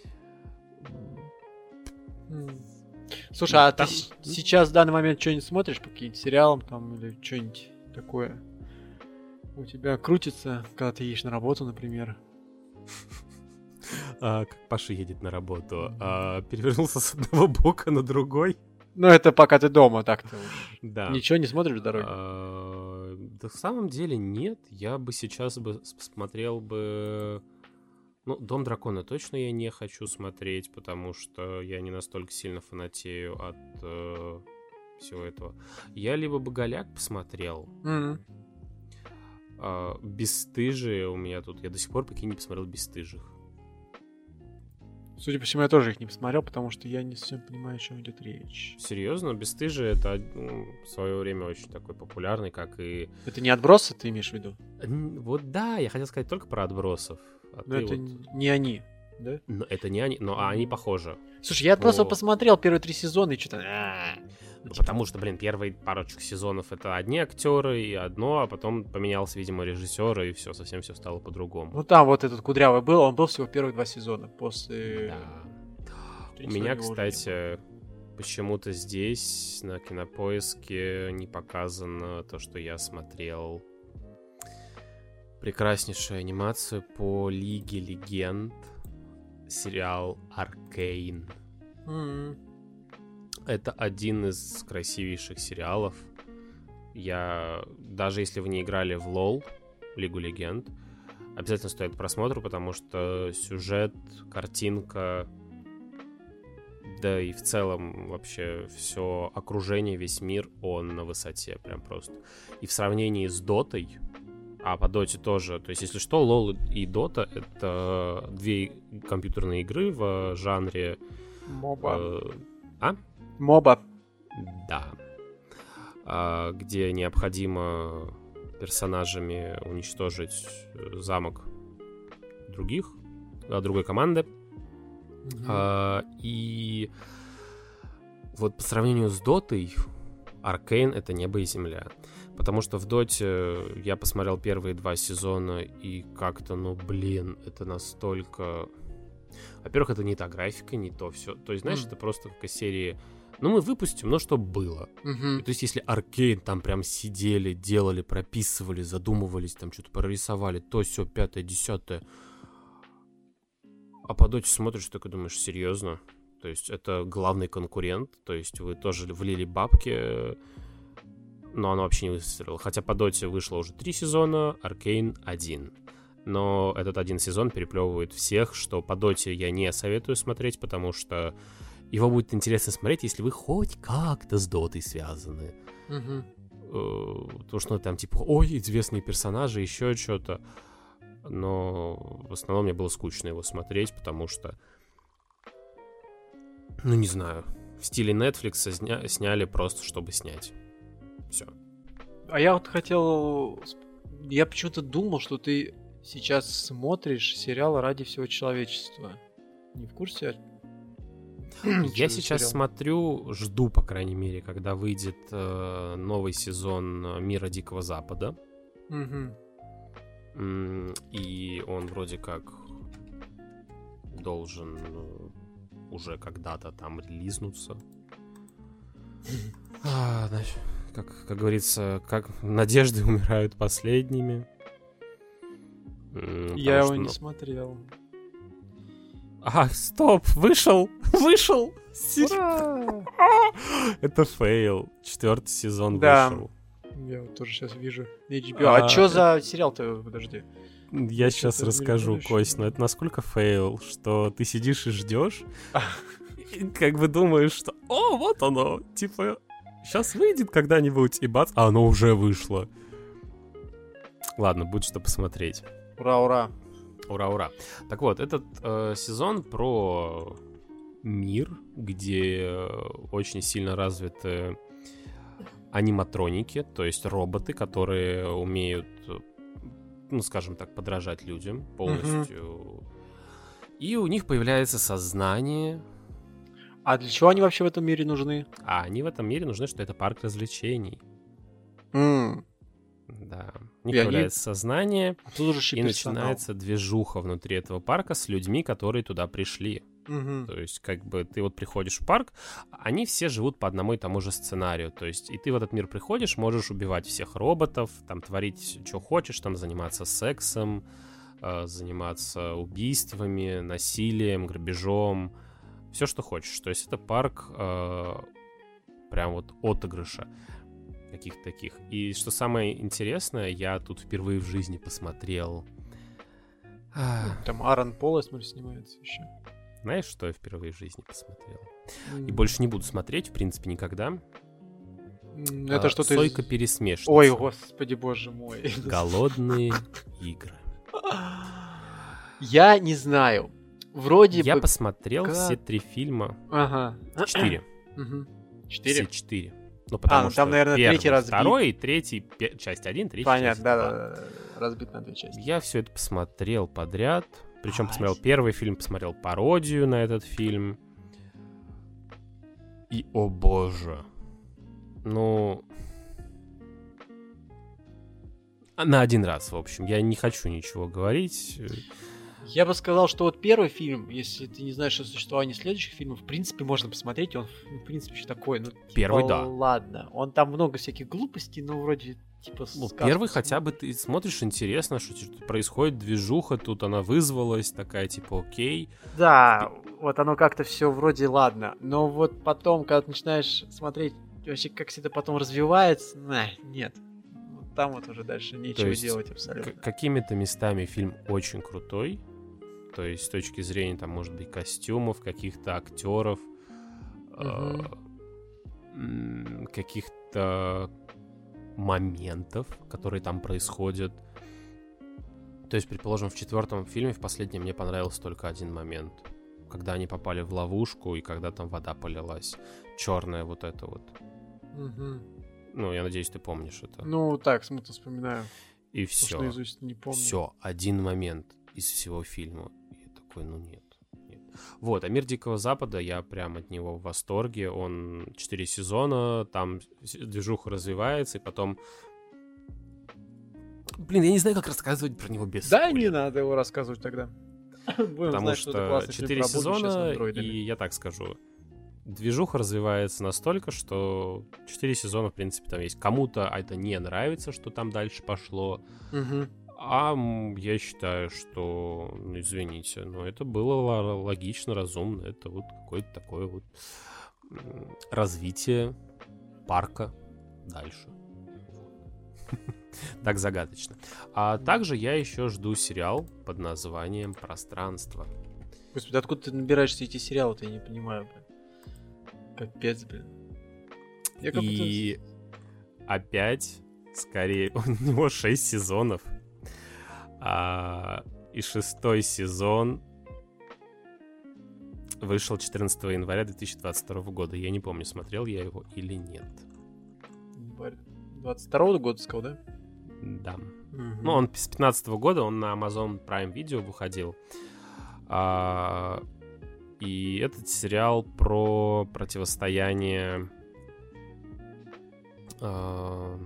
Слушай, а там... ты сейчас в данный момент что-нибудь смотришь по каким-нибудь сериалам там или что-нибудь такое? У тебя крутится, когда ты едешь на работу, например? а, как Паша едет на работу, а, перевернулся с одного бока на другой. Ну, это пока ты дома, так-то уж. Да. Ничего не смотришь в дороге? А, да в самом деле нет. Я бы сейчас бы смотрел бы... Ну, «Дом дракона» точно я не хочу смотреть, потому что я не настолько сильно фанатею от э, всего этого. Я либо «Боголяк» посмотрел. Mm-hmm. А, «Бесстыжие» у меня тут... Я до сих пор пока не посмотрел «Бесстыжих». Судя по всему, я тоже их не посмотрел, потому что я не совсем понимаю, о чем идет речь. Серьезно? «Бесстыжие» — это ну, в свое время очень такой популярный, как и... Это не «Отбросы», ты имеешь в виду? Вот да, я хотел сказать только про «Отбросов». А но это вот... не они, да? Но это не они, но они похожи. Слушай, я по... просто посмотрел первые три сезона и что-то... Ну, потому что, блин, первые парочку сезонов это одни актеры и одно, а потом поменялся, видимо, режиссер, и все, совсем все стало по-другому. Ну там вот этот кудрявый был, он был всего первые два сезона. После... Да. У меня, кстати, почему-то здесь, на Кинопоиске, не показано то, что я смотрел... Прекраснейшую анимацию по Лиге Легенд. Сериал «Аркейн». Mm-hmm. Это один из красивейших сериалов. Я, даже если вы не играли в лол, Лигу Легенд, обязательно стоит к просмотру, потому что сюжет, картинка, да и в целом вообще все окружение, весь мир, он на высоте прям просто. И в сравнении с Дотой, а по Доте тоже, то есть если что, лол и Дота — это две компьютерные игры в жанре... Моба. Э, а? Моба. Да. А, где необходимо персонажами уничтожить замок других, другой команды. Mm-hmm. А, и вот по сравнению с Дотой, Аркейн — это небо и земля. Потому что в Доте я посмотрел первые два сезона, и как-то, ну, блин, это настолько... Во-первых, это не та графика, не то все. То есть, знаешь, mm. это просто как из серии... Ну, мы выпустим, но что было. Mm-hmm. То есть, если Аркейн там прям сидели, делали, прописывали, задумывались, там что-то прорисовали, то, сё, пятое, десятое. А по Доте смотришь, такой думаешь, серьезно? То есть, это главный конкурент. То есть, вы тоже влили бабки... Но оно вообще не выстрелило. Хотя по Доте вышло уже три сезона, Аркейн один. Но этот один сезон переплевывает всех, что по Доте я не советую смотреть, потому что его будет интересно смотреть, если вы хоть как-то с Дотой связаны. Угу. Потому что ну, там типа, ой, известные персонажи, еще что-то. Но в основном мне было скучно его смотреть, потому что, ну не знаю, в стиле Netflix сня- сняли просто, чтобы снять. Все. А я вот хотел... Я почему-то думал, что ты сейчас смотришь сериал «Ради всего человечества». Не в курсе? Я сейчас сериал? смотрю, жду, по крайней мере, когда выйдет э, новый сезон «Мира Дикого Запада». Угу. И он вроде как должен уже когда-то там релизнуться. А, значит... Как, как говорится, как надежды умирают последними. Я его что, не ну... смотрел. А, стоп, вышел, вышел. Ура! Это фейл. Четвертый сезон да. вышел. Я вот тоже сейчас вижу эйч би о. А, а что за сериал-то, подожди? Я сейчас расскажу, Кость, но это насколько фейл, что ты сидишь и ждешь, как бы думаешь, что о, вот оно, типа... Сейчас выйдет когда-нибудь, и бац, а оно уже вышло. Ладно, будет что посмотреть. Ура-ура. Ура-ура. Так вот, этот э, сезон про мир, где очень сильно развиты аниматроники, то есть роботы, которые умеют, ну, скажем так, подражать людям полностью. Mm-hmm. И у них появляется сознание... А для чего они вообще в этом мире нужны? А они в этом мире нужны, что это парк развлечений. Mm. Да. У них появляется они... сознание, а тут уже и начинается движуха внутри этого парка с людьми, которые туда пришли. Mm-hmm. То есть, как бы, ты вот приходишь в парк, они все живут по одному и тому же сценарию. То есть, и ты в этот мир приходишь, можешь убивать всех роботов, там, творить, что хочешь, там, заниматься сексом, э, заниматься убийствами, насилием, грабежом, все, что хочешь. То есть это парк э, прям вот отыгрыша каких-то таких. И что самое интересное, я тут впервые в жизни посмотрел... Там Аарон Пол, я смотрю, снимается еще. Знаешь, что я впервые в жизни посмотрел? Mm. И больше не буду смотреть, в принципе, никогда. Mm, это а, что-то Сойка-пересмешница. Ой, господи, боже мой. Голодные игры. Я не знаю. Вроде я бы... посмотрел как... все три фильма. Ага. Четыре. Четыре? Все четыре. Ну, потому а, ну, что там, наверное, первый, третий разбит. второй и третий, пе- часть один, третий, Понятно, часть да, два. да, да, разбит на две части. Я все это посмотрел подряд. Причем Ай. посмотрел первый фильм, посмотрел пародию на этот фильм. И, о боже. Ну... На один раз, в общем. Я не хочу ничего говорить. Я бы сказал, что вот первый фильм, если ты не знаешь о существовании следующих фильмов, в принципе, можно посмотреть, он, в принципе, еще такой, ну, типа, Первый, да. Ладно, он там много всяких глупостей, но вроде, типа, Ну, сказку первый смотришь. хотя бы ты смотришь интересно, что типа, происходит движуха, тут она вызвалась, такая, типа, окей. Да, вот оно как-то все вроде ладно, но вот потом, когда ты начинаешь смотреть, вообще, как все это потом развивается, на, нет. Вот там вот уже дальше нечего есть делать абсолютно. К- какими-то местами фильм очень крутой. То есть с точки зрения, там, может быть, костюмов, каких-то актеров, э, м, каких-то моментов, которые там происходят. То есть, предположим, в четвертом фильме, в последнем, мне понравился только один момент. Когда они попали в ловушку, и когда там вода полилась. Черная вот это вот. Мгм. Ну, я надеюсь, ты помнишь это. Ну, так, смутно вспоминаю. И Потому все. что наизусть не помню. Все, один момент из всего фильма. Я такой, ну нет, нет. Вот, а «Мир Дикого Запада», я прям от него в восторге. Он четыре сезона, там движуха развивается, и потом... Блин, я не знаю, как рассказывать про него без Да, спойлеров. не надо его рассказывать тогда. Будем Потому знать, что это классный фильм четыре про будущее с сезона, андроидами. и я так скажу, движуха развивается настолько, что четыре сезона, в принципе, там есть. Кому-то это не нравится, что там дальше пошло. Мгм. А м, я считаю, что, ну, извините, но это было л- логично, разумно. Это вот какое-то такое вот м, развитие парка дальше. Так загадочно. А также я еще жду сериал под названием «Пространство». Господи, откуда ты набираешься эти сериалы-то, я не понимаю, блин. Капец, блин. Я как И опять, скорее, у него шесть сезонов. А, и шестой сезон вышел четырнадцатого января две тысячи двадцать второго года. Я не помню, смотрел я его или нет. будто двадцать второго года сказал, да? Да. Мгм. Ну, он с пятнадцатого года, он на Amazon Prime Video выходил. А, и этот сериал про противостояние... а,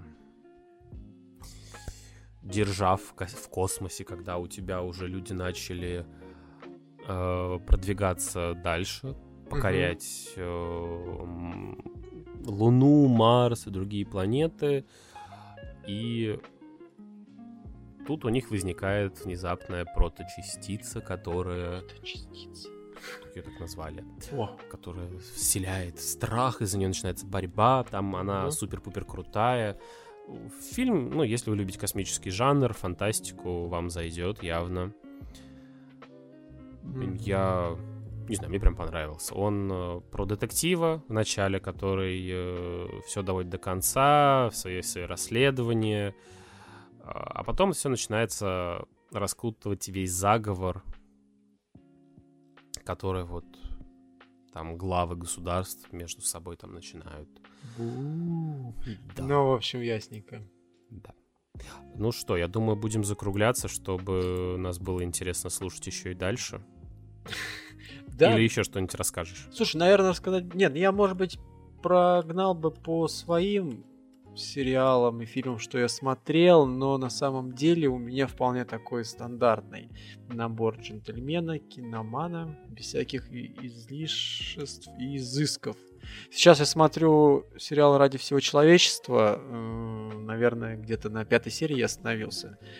держав в ко- в космосе, когда у тебя уже люди начали э, продвигаться дальше, покорять э, м, Луну, Марс и другие планеты. И тут у них возникает внезапная проточастица, которая... Это частица. Как ее так назвали? О, Которая вселяет страх, из-за нее начинается борьба, там она Мгм. супер-пупер крутая. Фильм, ну, если вы любите космический жанр, фантастику, вам зайдет явно. Мгм. Я, не знаю, мне прям понравился. Он э, про детектива в начале, который все доводит до конца, свои, свои расследования, а потом все начинается раскрутывать весь заговор, который вот там главы государств между собой там начинают. Бу. Да. Ну, в общем, ясненько. Да. Ну что, я думаю, будем закругляться, чтобы нас было интересно слушать еще и дальше. Да. Или еще что-нибудь расскажешь? Слушай, наверное, сказать... Нет, я, может быть, прогнал бы по своим сериалам и фильмам, что я смотрел, но на самом деле у меня вполне такой стандартный набор джентльмена, киномана, без всяких и- излишеств и изысков. Сейчас я смотрю сериал «Ради всего человечества». э, Наверное, где-то на пятой серии я остановился.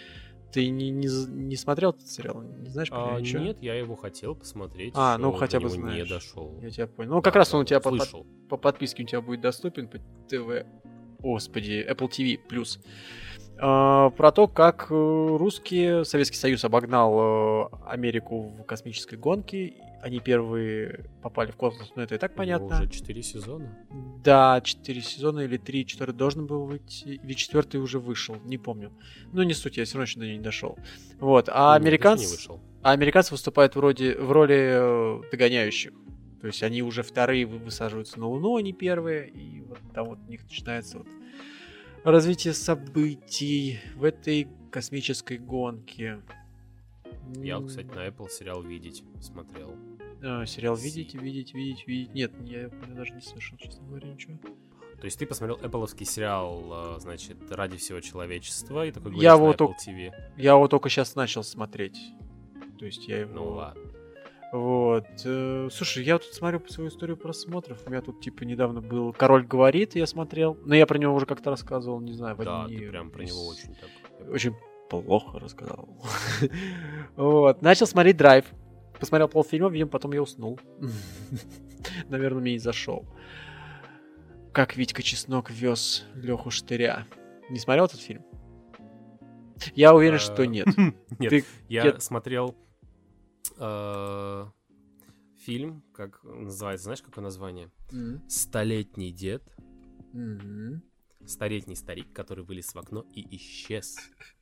Ты не, не, не смотрел этот сериал? Не знаешь, про А, ничего? нет, я его хотел посмотреть. А, ну ещё хотя до бы него знаешь. не дошел. Я тебя понял. Ну, как Да, раз да, он у тебя по, под- слышал. по подписке у тебя будет доступен по ТВ. Господи, Apple ти ви плюс. А, про то, как э, русские, Советский Союз обогнал э, Америку в космической гонке. Они первые попали в космос, но это и так У него понятно. уже четыре сезона. Да, четыре сезона или три, четвертый должен был выйти, или четвертый уже вышел, не помню. Ну, не суть, я все равно еще до него не дошел. Вот, а Нет, американцы, еще не вышел. а американцы выступают вроде, в роли э, догоняющих. То есть они уже вторые вы- высаживаются на Луну, они первые, и вот там вот у них начинается вот развитие событий в этой космической гонке. Я, вот, М, кстати, на Apple сериал «Видеть» смотрел. а, сериал видеть, видеть, видеть, видеть. Нет, я, я даже не слышал, честно говоря, ничего. То есть ты посмотрел Apple'овский сериал, э, значит, «Ради всего человечества», и такой Я говоришь на вот Apple ти ви. Я вот только сейчас начал смотреть. То есть я его... Ну ладно. Вот. э, Слушай, я тут смотрю свою историю просмотров. У меня тут, типа, недавно был «Король говорит», я смотрел. Но я про него уже как-то рассказывал, не знаю, в Да, одни ты прям про из- него очень так... Очень плохо рассказал. Вот. Начал смотреть «Драйв». Посмотрел полфильма, видимо, потом я уснул. Наверное, мне не зашел. Как Витька Чеснок вез Леху Штыря. Не смотрел этот фильм? Я уверен, А, что нет. Нет, Ты- я я- смотрел э, фильм, как называется, знаешь, какое название? М, «Столетний дед». мгм. Столетний старик, который вылез в окно и исчез.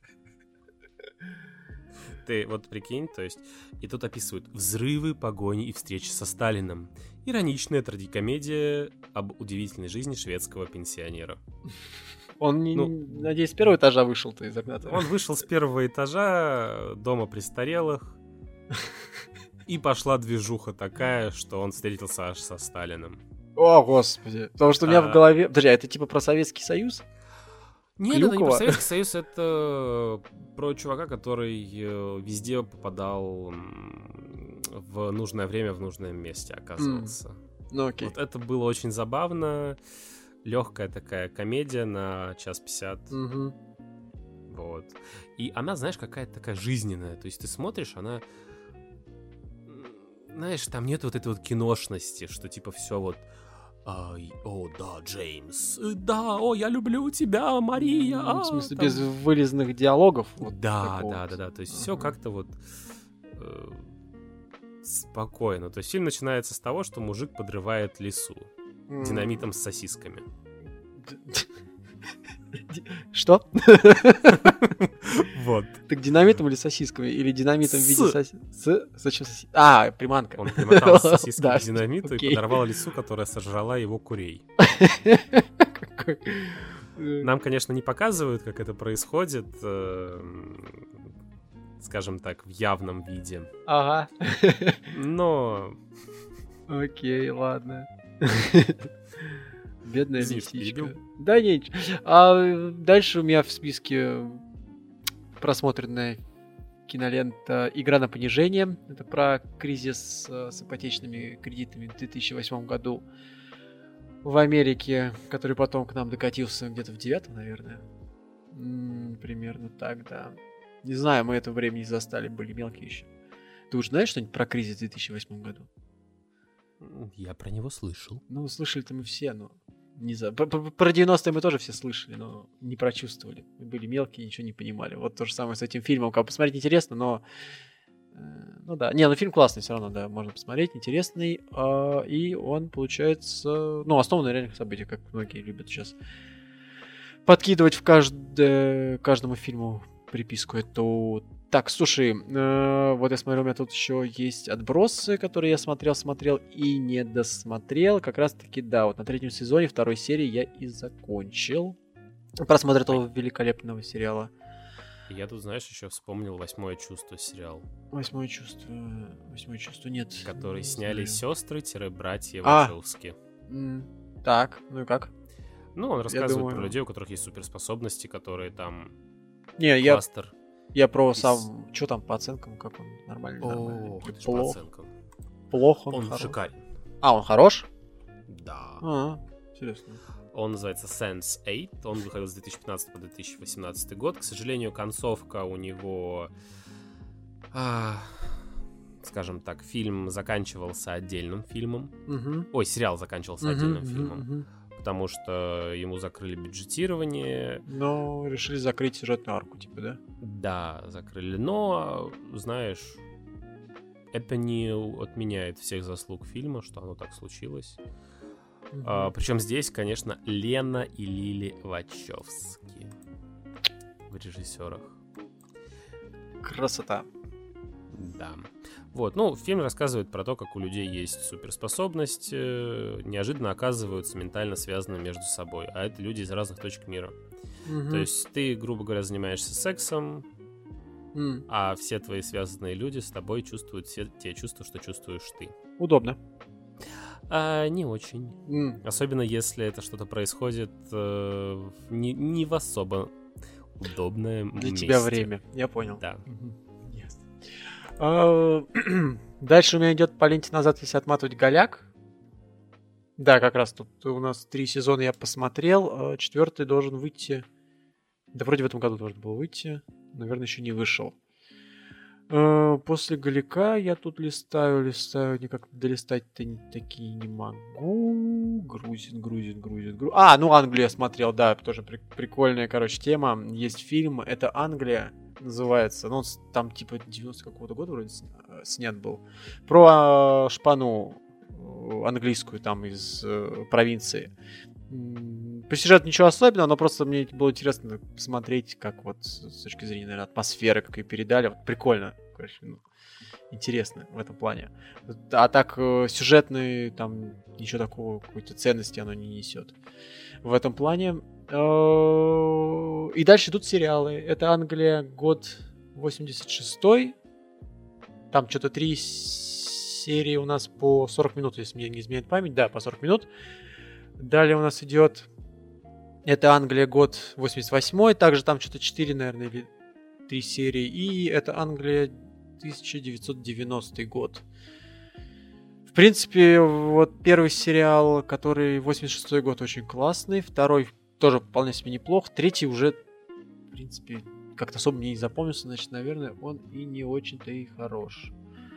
Ты вот прикинь, то есть... И тут описывают взрывы, погони и встречи со Сталином. Ироничная трагикомедия об удивительной жизни шведского пенсионера. Он, не, Ну, надеюсь, с первого этажа вышел-то из окна. Он вышел с первого этажа дома престарелых, и пошла движуха такая, что он встретился аж со Сталиным. О, господи. Потому что у меня А. в голове... Подожди, а это типа про Советский Союз? Нет, это не Клюква? про Советский Союз, это про чувака, который э, везде попадал м, в нужное время, в нужном месте оказывался. Ну, окей. Вот это было очень забавно. Легкая такая комедия на час пятьдесят. Мгм. Вот. И она, знаешь, какая-то такая жизненная. То есть ты смотришь, она... м, Знаешь, там нет вот этой вот киношности, что типа все вот... «Ай, о, да, Джеймс. э, Да, о, я люблю тебя, Мария. Ну, в а, смысле, там». без вылезных диалогов? Вот Да, такого да, вот. да, да. То есть все Ага. как-то вот э, спокойно. То есть фильм начинается с того, что мужик подрывает лесу М. динамитом с сосисками. Что? Вот. Так динамитом или сосисками? Или динамитом в виде С. сосиски? С? Зачем сосиски? А, приманка. Он примотал сосиски Да, к динамиту окей. и подорвал лесу, которая сожрала его курей. Какой- э, Нам, конечно, не показывают, как это происходит, э, скажем так, в явном виде. Ага. Но... Окей, ладно. Бедная Извини, что лисичка. перебил. Да нет. А дальше у меня в списке просмотренная кинолента «Игра на понижение». Это про кризис э, с ипотечными кредитами в две тысячи восьмом году в Америке, который потом к нам докатился где-то в девятом, наверное. М, примерно так, да. Не знаю, мы это время не застали, были мелкие еще. Ты уж знаешь что-нибудь про кризис в две тысячи восьмом году? Я про него слышал. Ну, слышали-то мы все, но не за... П- п- Про девяностые мы тоже все слышали, но не прочувствовали. Мы были мелкие, ничего не понимали. Вот то же самое с этим фильмом. Как посмотреть интересно, но... э, Ну да. Не, ну фильм классный все равно, да, можно посмотреть, интересный. а, И он, получается, ну, основан на реальных событиях, как многие любят сейчас подкидывать в каждое... каждому фильму приписку эту. Так, слушай, э, вот я смотрю, у меня тут еще есть «Отбросы», которые я смотрел, смотрел и не досмотрел. Как раз-таки, да, вот на третьем сезоне второй серии я и закончил просмотр этого великолепного сериала. Я тут, знаешь, еще вспомнил «Восьмое чувство» сериал, Восьмое чувство... Восьмое чувство, нет. который не сняли знаю. сестры-братья А. Вачовски. М, Так, ну и как? Ну, он рассказывает думаю- про людей, у которых есть суперспособности, которые там Не, я, кластер. я про из- сам... Что там по оценкам, как он? Нормально, нормально? О, Или это ж по плохо? оценкам. Плохо он, Он хорош? шикарен. А, он хорош? Да. А, интересно. Он называется сенс эйт. Он выходил с две тысячи пятнадцатого по две тысячи восемнадцатый год. К сожалению, концовка у него... А, скажем так, фильм заканчивался отдельным фильмом. Угу. Ой, сериал заканчивался Угу, отдельным угу, фильмом. угу. Потому что ему закрыли бюджетирование. Но решили закрыть сюжетную арку, типа, да? Да, закрыли. Но, знаешь, это не отменяет всех заслуг фильма, что оно так случилось. Угу. А, причем здесь, конечно, Лена и Лили Вачовски в режиссерах. Красота. Да. Вот, ну, фильм рассказывает про то, как у людей есть суперспособность, э, неожиданно оказываются ментально связаны между собой, а это люди из разных точек мира. Угу. То есть ты, грубо говоря, занимаешься сексом, М. а все твои связанные люди с тобой чувствуют все те чувства, что чувствуешь ты. Удобно. А, не очень. М. Особенно если это что-то происходит э, не, не в особо удобное Для месте. тебя время. Я понял. Да. Мгм. Ясно. А, Дальше у меня идет по ленте назад, если отматывать голяк. Да, как раз тут у нас три сезона я посмотрел. а Четвертый должен выйти. Да, вроде в этом году должен был выйти. Наверное, еще не вышел. А, После голяка я тут листаю, листаю. Никак долистать-то не- такие не могу. Грузин, грузин, грузин, грузин. А, ну Англию я смотрел, да, тоже при- прикольная, короче, тема. Есть фильм, это Англия называется. Ну, он с- там типа девяностого какого-то года вроде с- э, снят был. Про а, шпану э, английскую там из э, провинции. М, По сюжету ничего особенного, но просто мне было интересно посмотреть, как вот с с точки зрения, наверное, атмосферы, как ее передали. Вот прикольно, короче, ну, интересно в этом плане. А так э, сюжетный, там ничего такого, какой-то ценности оно не несет. В этом плане. Э, И дальше идут сериалы. Это Англия, год восемьдесят шестой. Там что-то три серии у нас по сорок минут, если мне не изменяет память. Да, по сорок минут. Далее у нас идет... Это Англия, год восемьдесят восьмой. Также там что-то четыре, наверное, или три серии. И это Англия, тысяча девятьсот девяностый год. В принципе, вот первый сериал, который восемьдесят шестой год, очень классный. Второй тоже вполне себе неплох. Третий уже, в принципе, как-то особо мне не запомнился. Значит, наверное, он и не очень-то и хорош.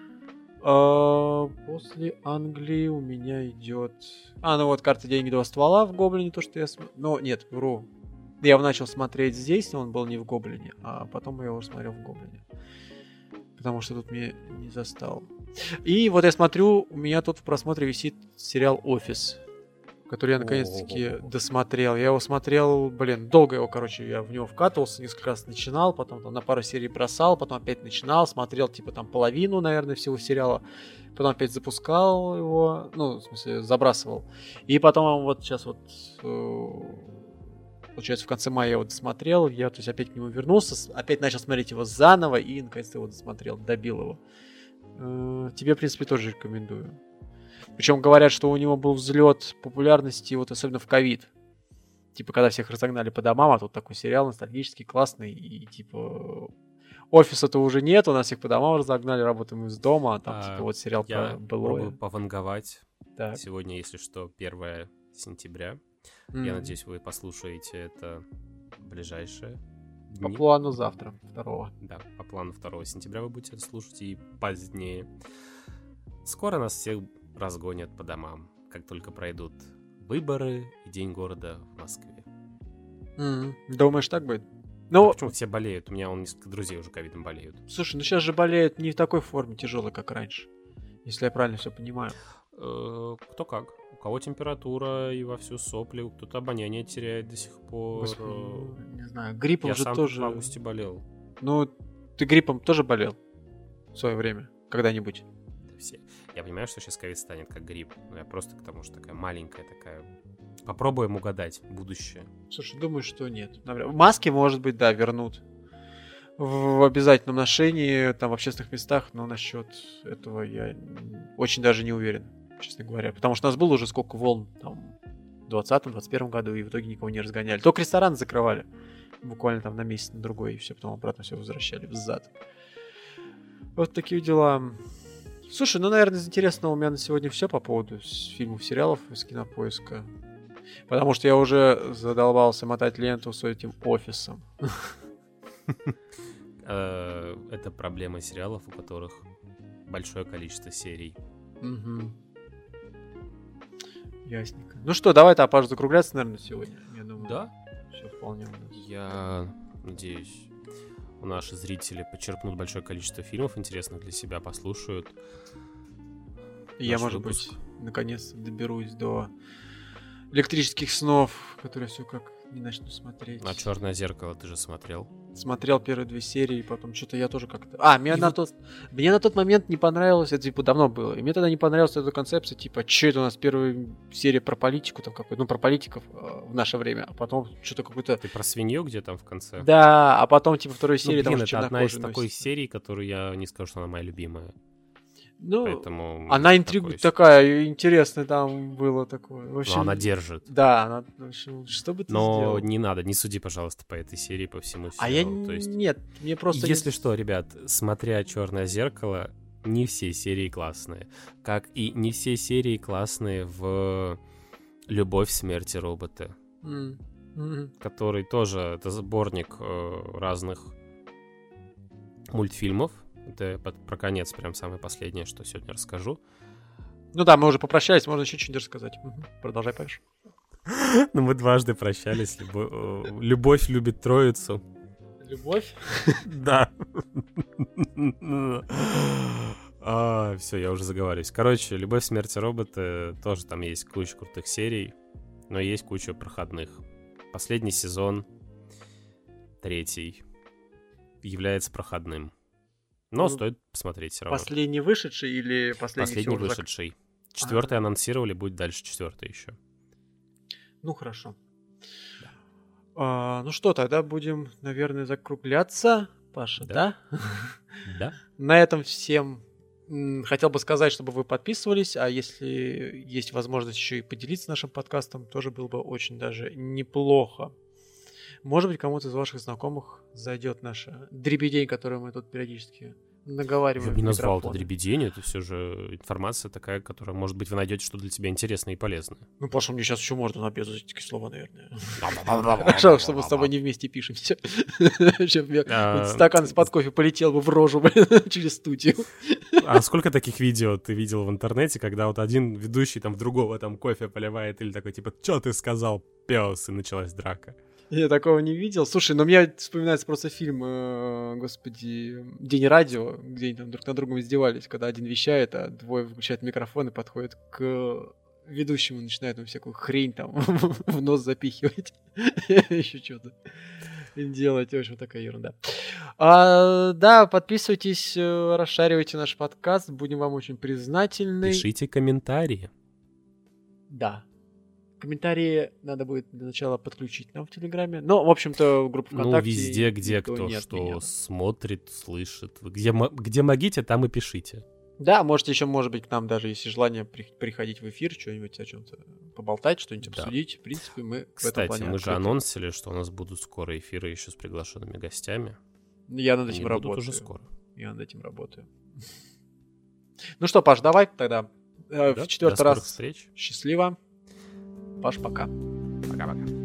А, После Англии у меня идет... А, ну вот «Карта деньги два ствола» в Гоблине, то, что я... см- Ну, нет, вру. Я его начал смотреть здесь, но он был не в Гоблине, а потом я его смотрел в Гоблине. Потому что тут мне не застал. И вот я смотрю, у меня тут в просмотре висит сериал «Офис», который я наконец-таки О-о-о-о. досмотрел. Я его смотрел, блин, долго его, короче, я в него вкатывался, несколько раз начинал, потом там на пару серий бросал, потом опять начинал, смотрел типа там половину, наверное, всего сериала, потом опять запускал его, ну, в смысле, забрасывал. И потом вот сейчас вот, э, получается, в конце мая я его досмотрел, я, то есть, опять к нему вернулся, с- опять начал смотреть его заново и, наконец-то, его досмотрел, добил его. Э, Тебе, в принципе, тоже рекомендую. Причем говорят, что у него был взлет популярности, вот особенно в ковид. Типа, когда всех разогнали по домам, а тут такой сериал ностальгический, классный, и типа офиса-то уже нет, у нас всех по домам разогнали, работаем из дома, а там А, типа вот сериал Я про былое. пробую пованговать. Так. Сегодня, если что, первое сентября. М. Я надеюсь, вы послушаете это в ближайшие По дни. плану завтра, второго. Да, по плану второго сентября вы будете это слушать и позднее. Скоро нас всех разгонят по домам, как только пройдут выборы и День города в Москве. М. Думаешь, так будет? Ну, Ну, почему все болеют? У меня он несколько друзей уже ковидом болеют. слушай, ну сейчас же болеют не в такой форме тяжелой, как раньше. Если я правильно все понимаю. Э, Кто как? У кого температура и вовсю сопли, кто-то обоняние теряет до сих пор. Господи, не знаю, гриппом Я же сам тоже... в августе болел. Ну, ты гриппом тоже болел в свое время? Когда-нибудь? Все. Я понимаю, что сейчас ковид станет как грипп, но я просто к тому, что такая маленькая такая. Попробуем угадать будущее. Слушай, думаю, что нет. Навряд- Маски, может быть, да, вернут в обязательном ношении, там, в общественных местах, но насчет этого я очень даже не уверен, честно говоря. Потому что у нас было уже сколько волн, там, в двадцатом, двадцать первом году, и в итоге никого не разгоняли. Только рестораны закрывали буквально там на месяц, на другой, и все, потом обратно все возвращали взад. Вот такие дела. Слушай, ну, наверное, из интересного у меня на сегодня все по поводу с- фильмов, сериалов из Кинопоиска. Потому что я уже задолбался мотать ленту с этим офисом. Это проблема сериалов, у которых большое количество серий. Угу. Ясненько. Ну что, давай-то, Паш, закругляться, наверное, сегодня. Я думаю, да. Все вполне у нас. Я надеюсь, у наши зрители почерпнут большое количество фильмов интересных для себя, послушают. Я, может выпуск. быть, наконец доберусь до электрических снов, которые все как не начну смотреть. А «Черное зеркало» ты же смотрел? Смотрел первые две серии, потом что-то я тоже как-то... А, мне на, вот... тот... мне на тот момент не понравилось, это типа давно было, и мне тогда не понравилась эта концепция, типа, что это у нас первая серия про политику, там какой-то, ну, про политиков э, в наше время, а потом что-то какой-то... Ты про свинью где там в конце? Да, а потом типа второй серии ну, блин, там это одна из носится. такой серий, которую я не скажу, что она моя любимая. Ну, поэтому она интригует такая, интересная там было такое. В общем, но она держит. Да, она, в общем, что бы ты Но сделал? Но не надо, не суди, пожалуйста, по этой серии, по всему сериалу. А я То есть... нет, мне просто... Если не... что, ребят, смотря «Черное зеркало», не все серии классные. Как и не все серии классные в «Любовь, смерть и роботы», mm. mm-hmm. который тоже, это сборник э, разных мультфильмов. Это под, про конец прям самое последнее, что сегодня расскажу. Ну да, мы уже попрощались, можно еще что-нибудь рассказать. Угу. Продолжай, Паш. Ну мы дважды прощались. Любовь любит троицу. Любовь? Да. Все, я уже заговариваюсь. Короче, «Любовь, смерть и роботы» тоже там есть куча крутых серий, но есть куча проходных. Последний сезон, третий, является проходным. Но ну, стоит посмотреть все равно. Последний вышедший или последний? Последний вышедший. Четвертый А-а-а. анонсировали, будет дальше четвертый еще. Ну, хорошо. Да. А, ну что, тогда будем, наверное, закругляться. Паша, да? Да. На этом всем хотел бы сказать, чтобы вы подписывались, а если есть возможность еще и поделиться нашим подкастом, тоже было бы очень даже неплохо. Может быть, кому-то из ваших знакомых зайдет наша дребедень, которую мы тут периодически наговариваем. Я бы не назвал это дребедень, это все же информация такая, которая, может быть, вы найдете, что для тебя интересное и полезное. Ну, Паша, мне сейчас еще можно написать эти слова, наверное. Хорошо, что мы с тобой не вместе пишемся. Стакан из-под кофе полетел бы в рожу, блин, через студию. А сколько таких видео ты видел в интернете, когда вот один ведущий там в другого там кофе поливает или такой, типа, что ты сказал, пес, и началась драка? Я такого не видел. Слушай, но мне вспоминается просто фильм, э, господи, «День радио», где они там друг на другом издевались, когда один вещает, а двое выключают микрофон и подходят к ведущему и начинают ему всякую хрень там в нос запихивать. Еще что-то делать. В общем, такая ерунда. А, да, подписывайтесь, расшаривайте наш подкаст. Будем вам очень признательны. Пишите комментарии. Да. Комментарии надо будет для начала подключить нам в Телеграме. Но, в общем-то, группа ВКонтакте... Ну, везде, где кто что смотрит, слышит. Где, где могите, там и пишите. Да, можете еще, может быть, к нам даже, если желание, при, приходить в эфир, что-нибудь о чем-то поболтать, что-нибудь да. обсудить. В принципе, мы Кстати, в этом плане мы открыты. же анонсили, что у нас будут скоро эфиры еще с приглашенными гостями. Я над Они этим будут работаю. уже скоро. Я над этим работаю. Ну что, Паш, давай тогда да, в четвертый раз. Встреч. Счастливо. Паш, пока. Пока-пока.